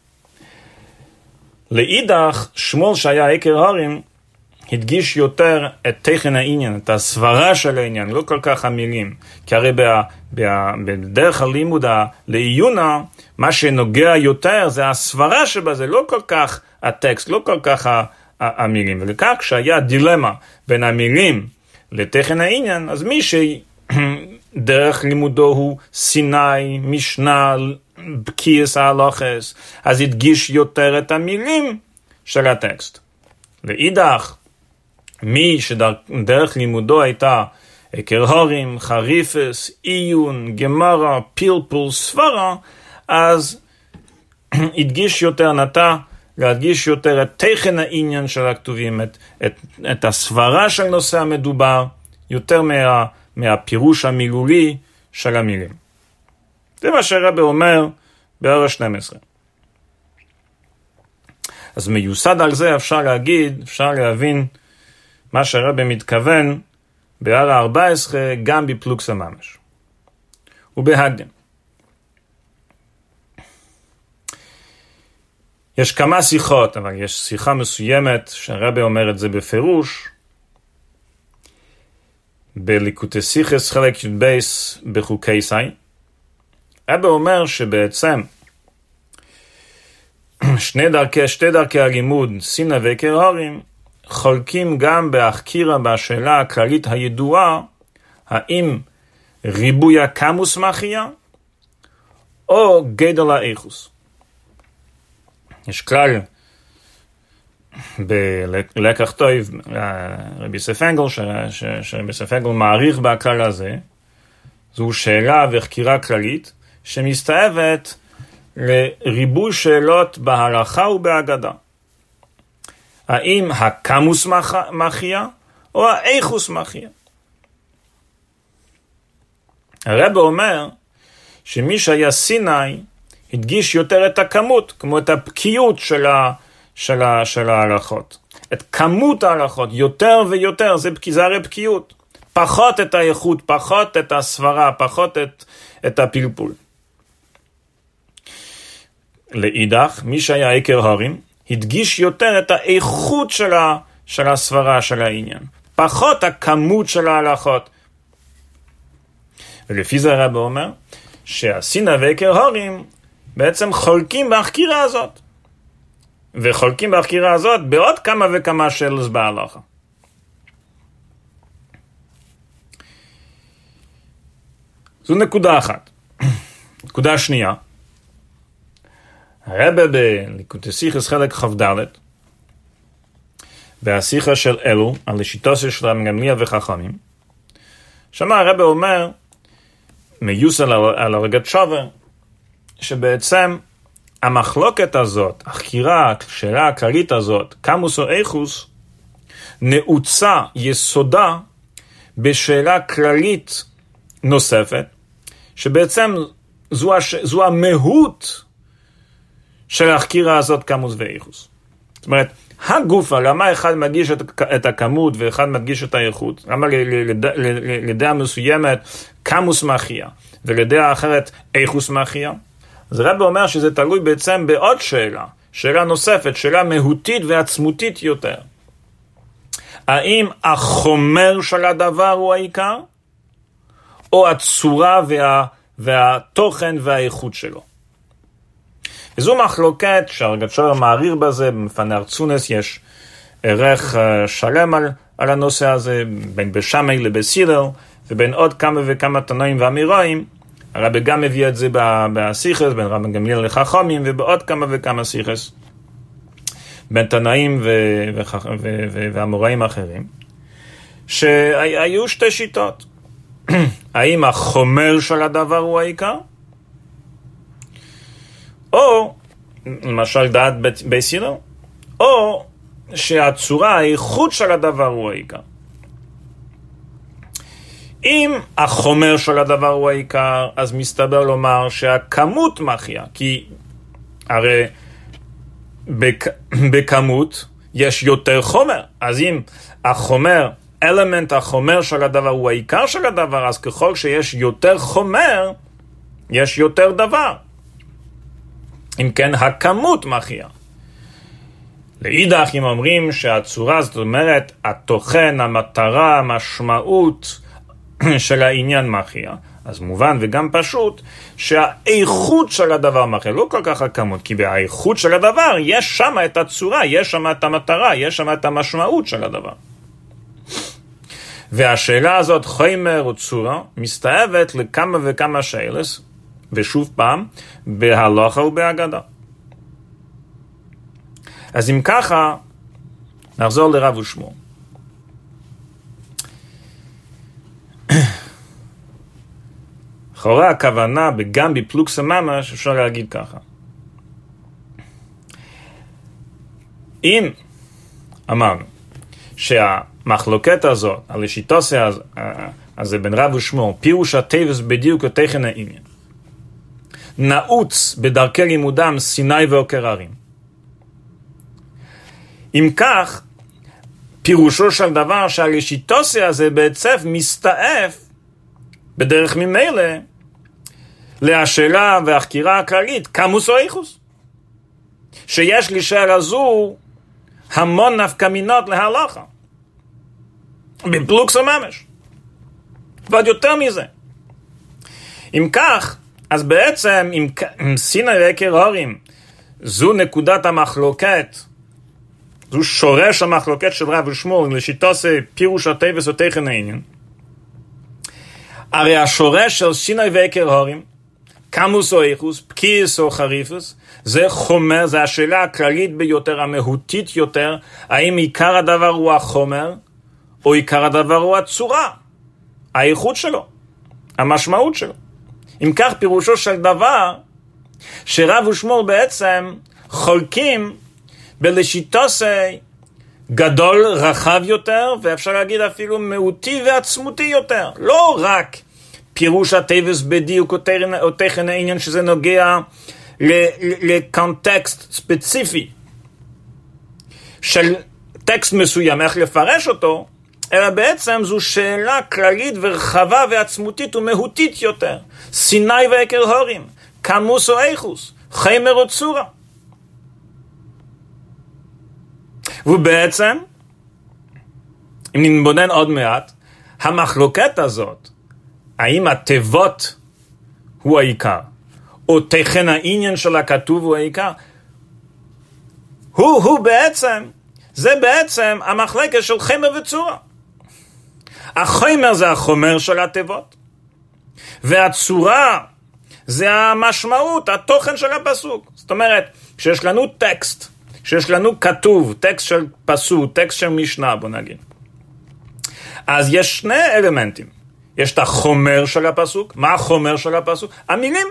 לאידך, שמואל שהיה עקר הרים, הדגיש יותר את תכן העניין, את הסברה של העניין, לא כל כך המילים. כי הרי בה, בה, בדרך הלימוד לעיונה, מה שנוגע יותר זה הסברה שבה, זה לא כל כך הטקסט, לא כל כך המילים. ולכך כשהיה דילמה בין המילים לתכן העניין, אז מי שדרך לימודו הוא סיני, משנה, בקיאות ההלכות, אז הדגיש יותר את המילים של הטקסט. לאידך, מי שדרך לימודו הייתה עקר הרים, חריפס, עיון, גמרא, פלפול, סברה, אז הדגיש יותר, נטה להדגיש יותר את תכן העניין של הכתובים, את, את, את הסברה של נושא המדובר, יותר מה, מהפירוש המילולי של המילים. זה מה שהרבי אומר באור ה-שתים עשרה. אז מיוסד על זה אפשר להגיד, אפשר להבין מה שהרבי מתכוון באור ה-ארבע עשרה גם בפלוגתא ממש. ובהקדם. יש כמה שיחות, אבל יש שיחה מסוימת שהרבי אומר את זה בפירוש, בליקוטי שיחס חלק י' בייס בחוקי סי. הרבי אומר שבעצם שני דרכי, שתי דרכי הלימוד, סינא ועיקר הורים, חולקים גם בהחקירה בשאלה הכללית הידועה, האם ריבוי הקמוס מכריע, או גדול האיכוס. יש כלל בלקח טוב, רבי יוסף אנגל, שרבי יוסף אנגל מעריך בכלל הזה, זו שאלה וחקירה כללית, שמסתאבת לריבוי שאלות בהלכה ובהגדה. האם הקמוס מכריע, או האיכוס מכריע? הרבי אומר, שמי שהיה סיני, הדגיש יותר את הכמות, כמו את הבקיאות של, ה, של, ה, של ההלכות. את כמות ההלכות, יותר ויותר, זה, זה הרי בקיאות. פחות את האיכות, פחות את הסברה, פחות את, את הפלפול. לאידך, מי שהיה עיקר הורים, הדגיש יותר את האיכות של, ה, של הסברה של העניין. פחות הכמות של ההלכות. ולפי זה הרבי אומר, שהסינא ועיקר הורים, בעצם חולקים בהחקירה הזאת. וחולקים בהחקירה הזאת בעוד כמה וכמה שאלות בהלכה. זו נקודה אחת. נקודה שנייה. הרבי בליקוטי שיחס חלק כ"ד, בהשיחה של אלו, על השיטה של רבי גמליאל וחכמים, שמה הרבי אומר, מיוסד על, על הרגת שובר, שבעצם המחלוקת הזאת, החקירה, השאלה הכללית הזאת, קמוס או איכוס, נעוצה יסודה בשאלה כללית נוספת, שבעצם זו, הש... זו המהות של החקירה הזאת, קמוס ואיכוס. זאת אומרת, הגופה, למה אחד מגיש את, את הכמות ואחד מגיש את האיכות? למה לדעה מסוימת קמוס מכריע, ולדעה אחרת איכוס מכריע? אז הרבי אומר שזה תלוי בעצם בעוד שאלה, שאלה נוספת, שאלה מהותית ועצמותית יותר. האם החומר של הדבר הוא העיקר, או הצורה וה, והתוכן והאיכות שלו? וזו מחלוקת שהרגת שובר מעריר בזה, במפני ארצונס יש ערך שלם על, על הנושא הזה, בין בשמי לבסילל, ובין עוד כמה וכמה תנאים ואמיראים. הרבי גם מביא את זה בשיחס, בין רבי גמליאל לחכמים, ובעוד כמה וכמה שיחס, בין תנאים ואמוראים אחרים, שהיו שתי שיטות. האם החומר של הדבר הוא העיקר? או, למשל דעת בסילל, או שהצורה, האיכות של הדבר הוא העיקר. אם החומר של הדבר הוא העיקר, אז מסתבר לומר שהכמות מכריעה, כי הרי בכ... בכמות יש יותר חומר, אז אם החומר, אלמנט החומר של הדבר הוא העיקר של הדבר, אז ככל שיש יותר חומר, יש יותר דבר. אם כן, הכמות מכריעה. לאידך, אם אומרים שהצורה, זאת אומרת, התוכן, המטרה, המשמעות של העניין מכריע, אז מובן וגם פשוט שהאיכות של הדבר מכריע, לא כל כך הכמות, כי באיכות של הדבר יש שם את הצורה, יש שם את המטרה, יש שם את המשמעות של הדבר. והשאלה הזאת, חומר או צורה, מסתאבת לכמה וכמה שאלות, ושוב פעם, בהלכה ובהגדה. אז אם ככה, נחזור לרב ושמואל. אחרי הכוונה, גם בפלוגתא ממש, אפשר להגיד ככה. אם אמרנו שהמחלוקת הזאת, על השיטוסיה הזה בין רב ושמואל, פירוש הטבעס בדיוק התוכן העניין. נעוץ בדרכי לימודם סיני ועוקר הרים. אם כך, פירושו של דבר שהלשיטוסי הזה בעצם מסתעף בדרך ממילא להשאלה והחקירה הכללית, קמוס או איכוס. שיש לשאלה זו המון נפקמינות להלכה. בפלוקס הממש. ועוד יותר מזה. אם כך, אז בעצם עם, עם סיני ועקר הרים, זו נקודת המחלוקת, זו שורש המחלוקת של רב ושמואל, לשיטוסי פירוש הטייבס או תכן העניין. הרי השורש של סיני ועקר הרים, קמוס או איכוס, פקיס או חריפוס, זה חומר, זה השאלה הכללית ביותר, המהותית יותר, האם עיקר הדבר הוא החומר, או עיקר הדבר הוא הצורה, האיכות שלו, המשמעות שלו. אם כך פירושו של דבר, שרב ושמואל בעצם חולקים בלשיטוסי גדול, רחב יותר, ואפשר להגיד אפילו מהותי ועצמותי יותר. לא רק פירוש הטייבס בדיוק או תכן העניין שזה נוגע לקונטקסט ספציפי של טקסט מסוים, איך לפרש אותו, אלא בעצם זו שאלה כללית ורחבה ועצמותית ומהותית יותר. סיני ועקר הורים, קמוס או איכוס, חמר או צורה. ובעצם, אם נתבונן עוד מעט, המחלוקת הזאת, האם התיבות הוא העיקר, או תכן העניין של הכתוב הוא העיקר, הוא, הוא בעצם, זה בעצם המחלקת של חמר וצורה. החומר זה החומר של התיבות, והצורה זה המשמעות, התוכן של הפסוק. זאת אומרת, כשיש לנו טקסט, כשיש לנו כתוב, טקסט של פסוק, טקסט של משנה, בוא נגיד, אז יש שני אלמנטים. יש את החומר של הפסוק. מה החומר של הפסוק? המילים.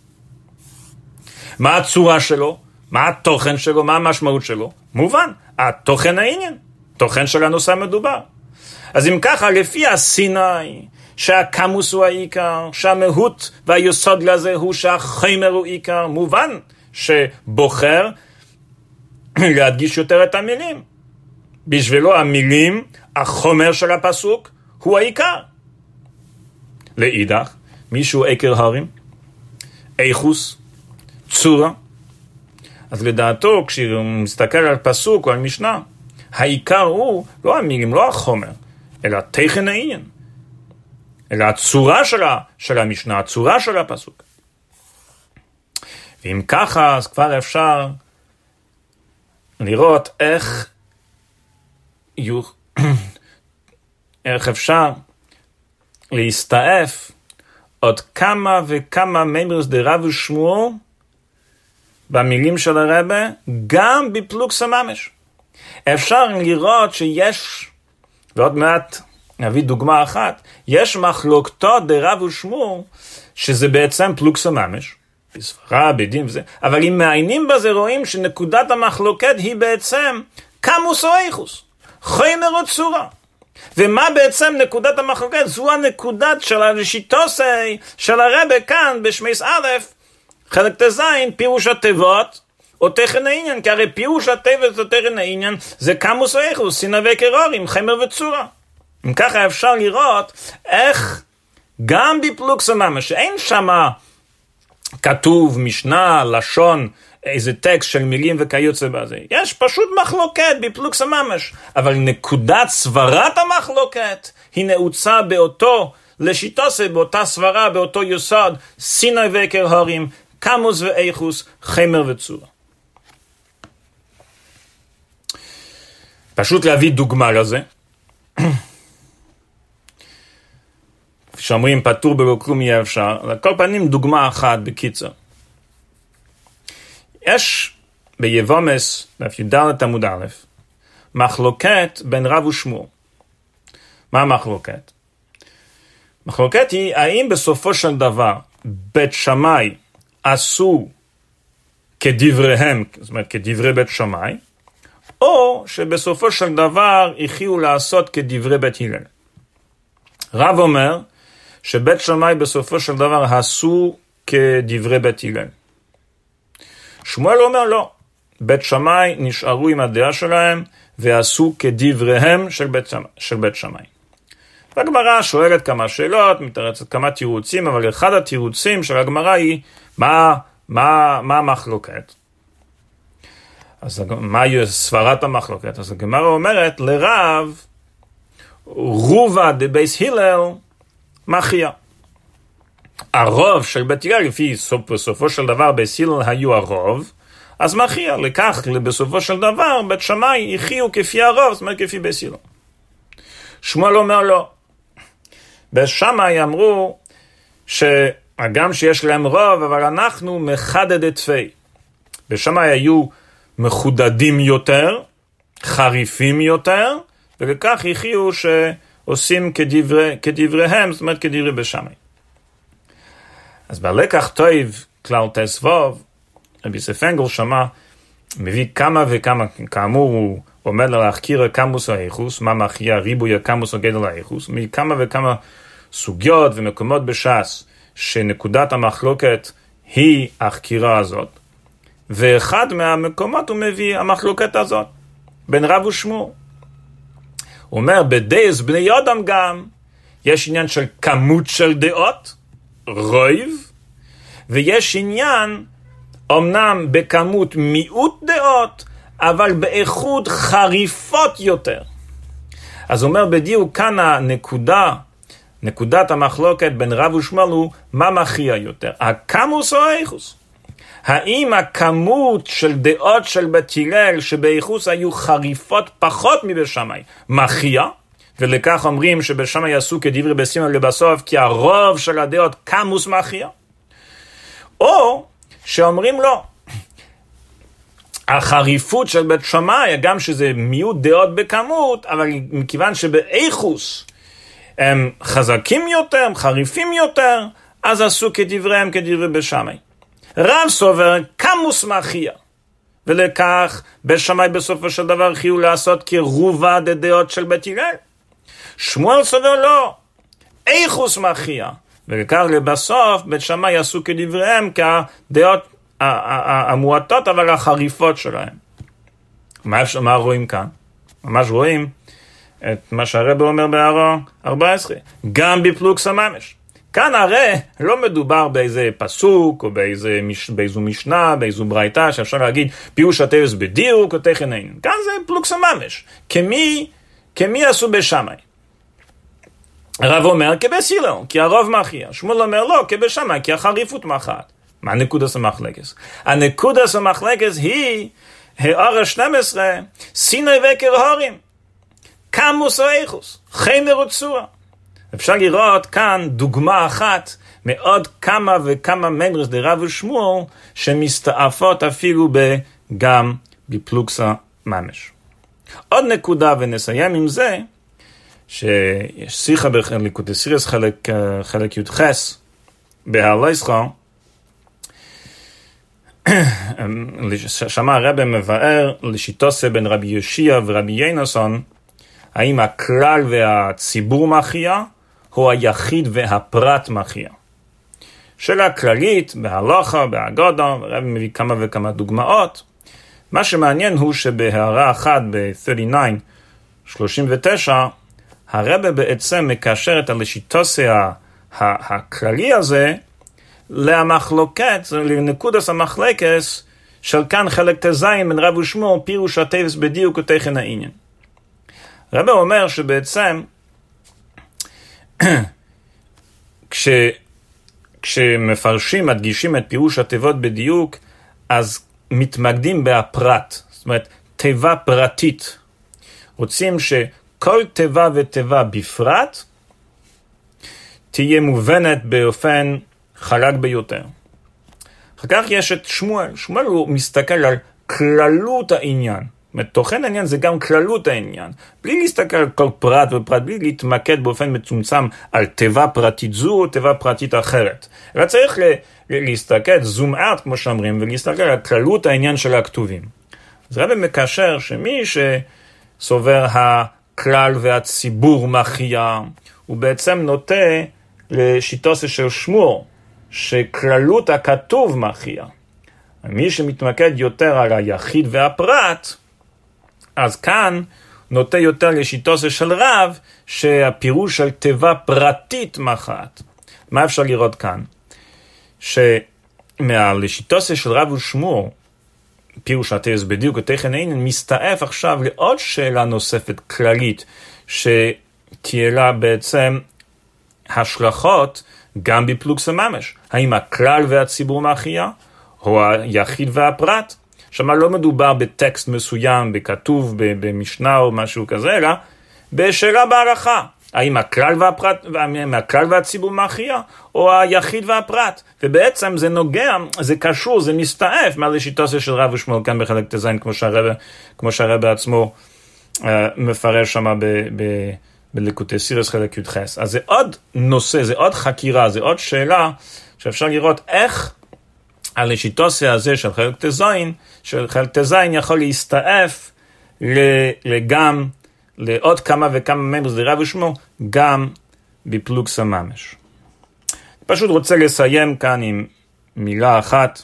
מה הצורה שלו? מה התוכן שלו? מה המשמעות שלו? מובן, התוכן העניין, תוכן של הנושא מדובר. אז אם ככה, לפי הסיני, שהקמוס הוא העיקר, שהמהות והיסוד לזה הוא שהחומר הוא עיקר, מובן שבוחר להדגיש יותר את המילים. בשבילו המילים, החומר של הפסוק, הוא העיקר. לאידך, מישהו עקר הרים, איכוס, צורה. אז לדעתו, כשהוא מסתכל על פסוק או על משנה, העיקר הוא לא המילים, לא החומר, אלא תכן העניין. אלא הצורה של, ה, של המשנה, הצורה של הפסוק. ואם ככה, אז כבר אפשר לראות איך, איך אפשר להסתעף עוד כמה וכמה מימרס דרב ושמואל במילים של הרבה, גם בפלוקס הממש. אפשר לראות שיש, ועוד מעט נביא דוגמה אחת, יש מחלוקתו דרב ושמואל, שזה בעצם פלוקס הממש, בספרה, בדין וזה, אבל אם מעיינים בזה רואים שנקודת המחלוקת היא בעצם קמוס או איכוס, חומר או צורה. ומה בעצם נקודת המחלוקת? זו הנקודת של השיטוסי של הרבה כאן בשמייס א', חלק תזין, פירוש התיבות או תכן העניין, כי הרי פירוש התיבות או תכן העניין זה קמוס או איכוס, סיני ועקר הרים, חומר וצורה. אם ככה אפשר לראות איך גם בפלוקס הממש, שאין שם כתוב משנה, לשון, איזה טקסט של מילים וכיוצא בזה. יש פשוט מחלוקת בפלוקס הממש, אבל נקודת סברת המחלוקת היא נעוצה באותו לשיטוסי, באותה סברה, באותו יסוד, סיני ועקר הרים, קמוס ואיכוס, חומר וצורה. פשוט להביא דוגמה לזה. שאומרים פטור בלא כלום יהיה אפשר, לכל פנים דוגמה אחת בקיצר. יש ביבומס, דף י"ד עמוד א', מחלוקת בין רב ושמואל. מה המחלוקת? מחלוקת היא, האם בסופו של דבר בית שמאי עשו כדבריהם, זאת אומרת כדברי בית שמאי, או שבסופו של דבר הכיעו לעשות כדברי בית הלל. רב אומר שבית שמאי בסופו של דבר עשו כדברי בית הלל. שמואל אומר לא, בית שמאי נשארו עם הדעה שלהם ועשו כדבריהם של בית, של בית שמאי. והגמרא שואלת כמה שאלות, מתרצת כמה תירוצים, אבל אחד התירוצים של הגמרא היא מה, מה, מה המחלוקת? אז מהי סברת המחלוקת? אז הגמרא אומרת לרב רובה דבייס הלל מכריע. הרוב של בית הלל, לפי בסופו של דבר בייס הלל היו הרוב, אז מכריע, לכך בסופו של דבר בית שמאי הכריעו כפי הרוב, זאת אומרת כפי בייס הלל. שמואל אומר לא. בית שמאי אמרו שגם שיש להם רוב, אבל אנחנו מחדד תפי. בית שמאי היו מחודדים יותר, חריפים יותר, ולכך הכריעו שעושים כדברי, כדבריהם, זאת אומרת כדברי בית שמאי. אז בלקח טוב, כלל תסבוב, רבי יוסף אנגל שמע, מביא כמה וכמה, כאמור הוא עומד להחקיר קמוס האיכוס, מה מכריע ריבוי הקמוס או גדל האיכוס, מכמה וכמה סוגיות ומקומות בש"ס, שנקודת המחלוקת היא החקירה הזאת, ואחד מהמקומות הוא מביא המחלוקת הזאת, בין רב ושמואל. הוא אומר, בדייס בני אדם גם, יש עניין של כמות של דעות, רוב, ויש עניין, אמנם בכמות מיעוט דעות, אבל באיכות חריפות יותר. אז הוא אומר בדיוק כאן הנקודה, נקודת המחלוקת בין רב ושמואל הוא מה מכריע יותר, הכמוס או האיכוס? האם הכמות של דעות של בית הלל שבאיכוס היו חריפות פחות מבית שמאי מכריע, ולכך אומרים שבית שמאי יעשו כדברי בית הלל לבסוף כי הרוב של הדעות כמוס מכריע, או שאומרים לא, החריפות של בית שמאי, גם שזה מיעוט דעות בכמות, אבל מכיוון שבאיכוס הם חזקים יותר, הם חריפים יותר, אז עשו כדבריהם כדברי בית שמאי. רב סובר כמוס מכריע, ולכך בית שמאי בסופו של דבר הכריעו לעשות כרובה דעות של בית הלל. שמואל סובר לא, איכוס מכריע, ולכך לבסוף בית שמאי עשו כדבריהם כדעות המועטות אבל החריפות שלהם. מה, מה רואים כאן? ממש רואים את מה שהרב אומר בהערה ארבע עשרה, גם בפלוגסא ממש. כאן הרי לא מדובר באיזה פסוק או באיזה, באיזו משנה, באיזו ברייתא שאפשר להגיד פירוש הטייס בדיוק או תכן אין. כאן זה פלוגסא ממש. כמי, כמי עשו בית שמאי? הרב אומר כבית הלל, כי הרוב מכריע. שמואל אומר לא, כבית שמאי, כי החריפות מכרעת. מה נקודת המחלוקת? הנקודת המחלוקת היא הערה שתים עשרה, סיני וקר הורים, כמוס או איכוס, חמר או צורה. אפשר לראות כאן דוגמה אחת מעוד כמה וכמה מנרס דרב ושמואל שמסתעפות אפילו גם בפלוגסא ממש. עוד נקודה ונסיים עם זה, שיש שיחה בליקוטי סירס חלק, חלק י"ח בהרלייסחו, שמה הרב מבאר לשיטוסה בין רבי יושיע ורבי יינוסון, האם הכלל והציבור מכריע, או היחיד והפרט מכריע. שאלה כללית, בהלכה, באגדה, הרב מביא כמה וכמה דוגמאות. מה שמעניין הוא שבהערה אחת, ב-תשעים ותשע, שלושים ותשע, הרב בעצם מקשר את הלשיטוסה הכללי הזה, למחלוקת, לנקודת המחלוקת של כאן חלק תזיים בין רב ושמואל פירוש הטייס בדיוק ותכן העניין. רב אומר שבעצם כש, כשמפרשים, מדגישים את פירוש התיבות בדיוק, אז מתמקדים בהפרט, זאת אומרת תיבה פרטית. רוצים שכל תיבה ותיבה בפרט תהיה מובנת באופן חלק ביותר. אחר כך יש את שמואל. שמואל הוא מסתכל על כללות העניין. תוכן העניין זה גם כללות העניין. בלי להסתכל על כל פרט ופרט, בלי להתמקד באופן מצומצם על תיבה פרטית זו או תיבה פרטית אחרת. אלא צריך להסתכל, זום אאוט כמו שאומרים, ולהסתכל על כללות העניין של הכתובים. אז רבי מקשר שמי שסובר הכלל והציבור מכריע, הוא בעצם נוטה לשיטוסה של שמואל, שכללות הכתוב מכריע. מי שמתמקד יותר על היחיד והפרט, אז כאן נוטה יותר לשיטוסו של רב, שהפירוש של תיבה פרטית מכרעת. מה אפשר לראות כאן? שמהלשיטוסו של רב ושמואל, פירוש התרס בדיוק ותכן אין, מסתעף עכשיו לעוד שאלה נוספת כללית, שתהיה לה בעצם השלכות גם בפלוגתא ממש. האם הכלל והציבור מכריע, או היחיד והפרט? שמה לא מדובר בטקסט מסוים, בכתוב, במשנה או משהו כזה, אלא בשאלה בהלכה. האם הכלל והפרט, הכלל והציבור מכריע, או היחיד והפרט? ובעצם זה נוגע, זה קשור, זה מסתעף מהלשיטוסו של רב ושמואל כאן בחלק ט"ז, כמו שהרבא, כמו שהרבא עצמו uh, מפרש שמה ב... ב בליקוטי סירס חלק י"ח. אז זה עוד נושא, זה עוד חקירה, זה עוד שאלה שאפשר לראות איך הלשיטוסו הזה של חלק ט"ז, של חלק ט"ז יכול להסתעף גם לעוד כמה וכמה ממש לרב ושמואל, גם בפלוגתא ממש. פשוט רוצה לסיים כאן עם מילה אחת,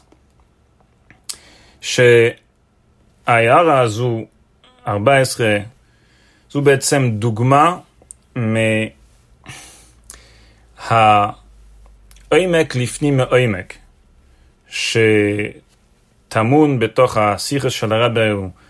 שההערה הזו, ארבע עשרה, זו בעצם דוגמה מהעומק לפנים מעומק, שטמון בתוך השיחס של הרבי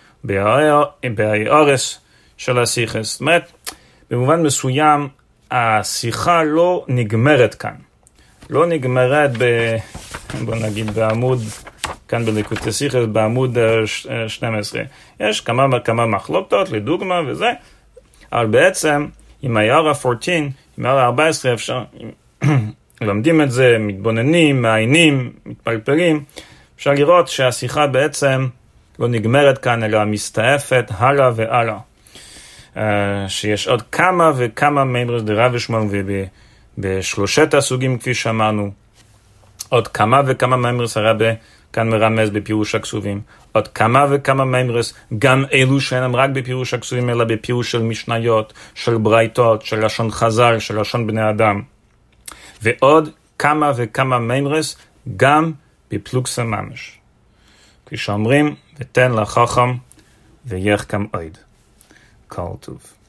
בהאורס של השיחס. זאת אומרת, במובן מסוים, השיחה לא נגמרת כאן. לא נגמרת ב... בוא נגיד בעמוד, כאן בליקוטי סירס, בעמוד שתים עשרה. יש כמה כמה מחלוקות לדוגמה וזה, אבל בעצם עם הערה ארבע עשרה, עם הערה ארבע עשרה אפשר, לומדים את זה, מתבוננים, מעיינים, מתפלפלים, אפשר לראות שהשיחה בעצם לא נגמרת כאן, אלא מסתעפת הלאה והלאה. Uh, שיש עוד כמה וכמה מימרס דרב ושמואל, ובשלושת הסוגים כפי שאמרנו, עוד כמה וכמה מימרס הרבי כאן מרמז בפירוש הכסובים, עוד כמה וכמה מימרס, גם אלו שאינם רק בפירוש הכסובים, אלא בפירוש של משניות, של ברייתות, של לשון חז"ל, של לשון בני אדם, ועוד כמה וכמה מימרס, גם בפלוגתא ממש. כפי שאומרים, ותן לחכם ויחכם עוד. כל טוב.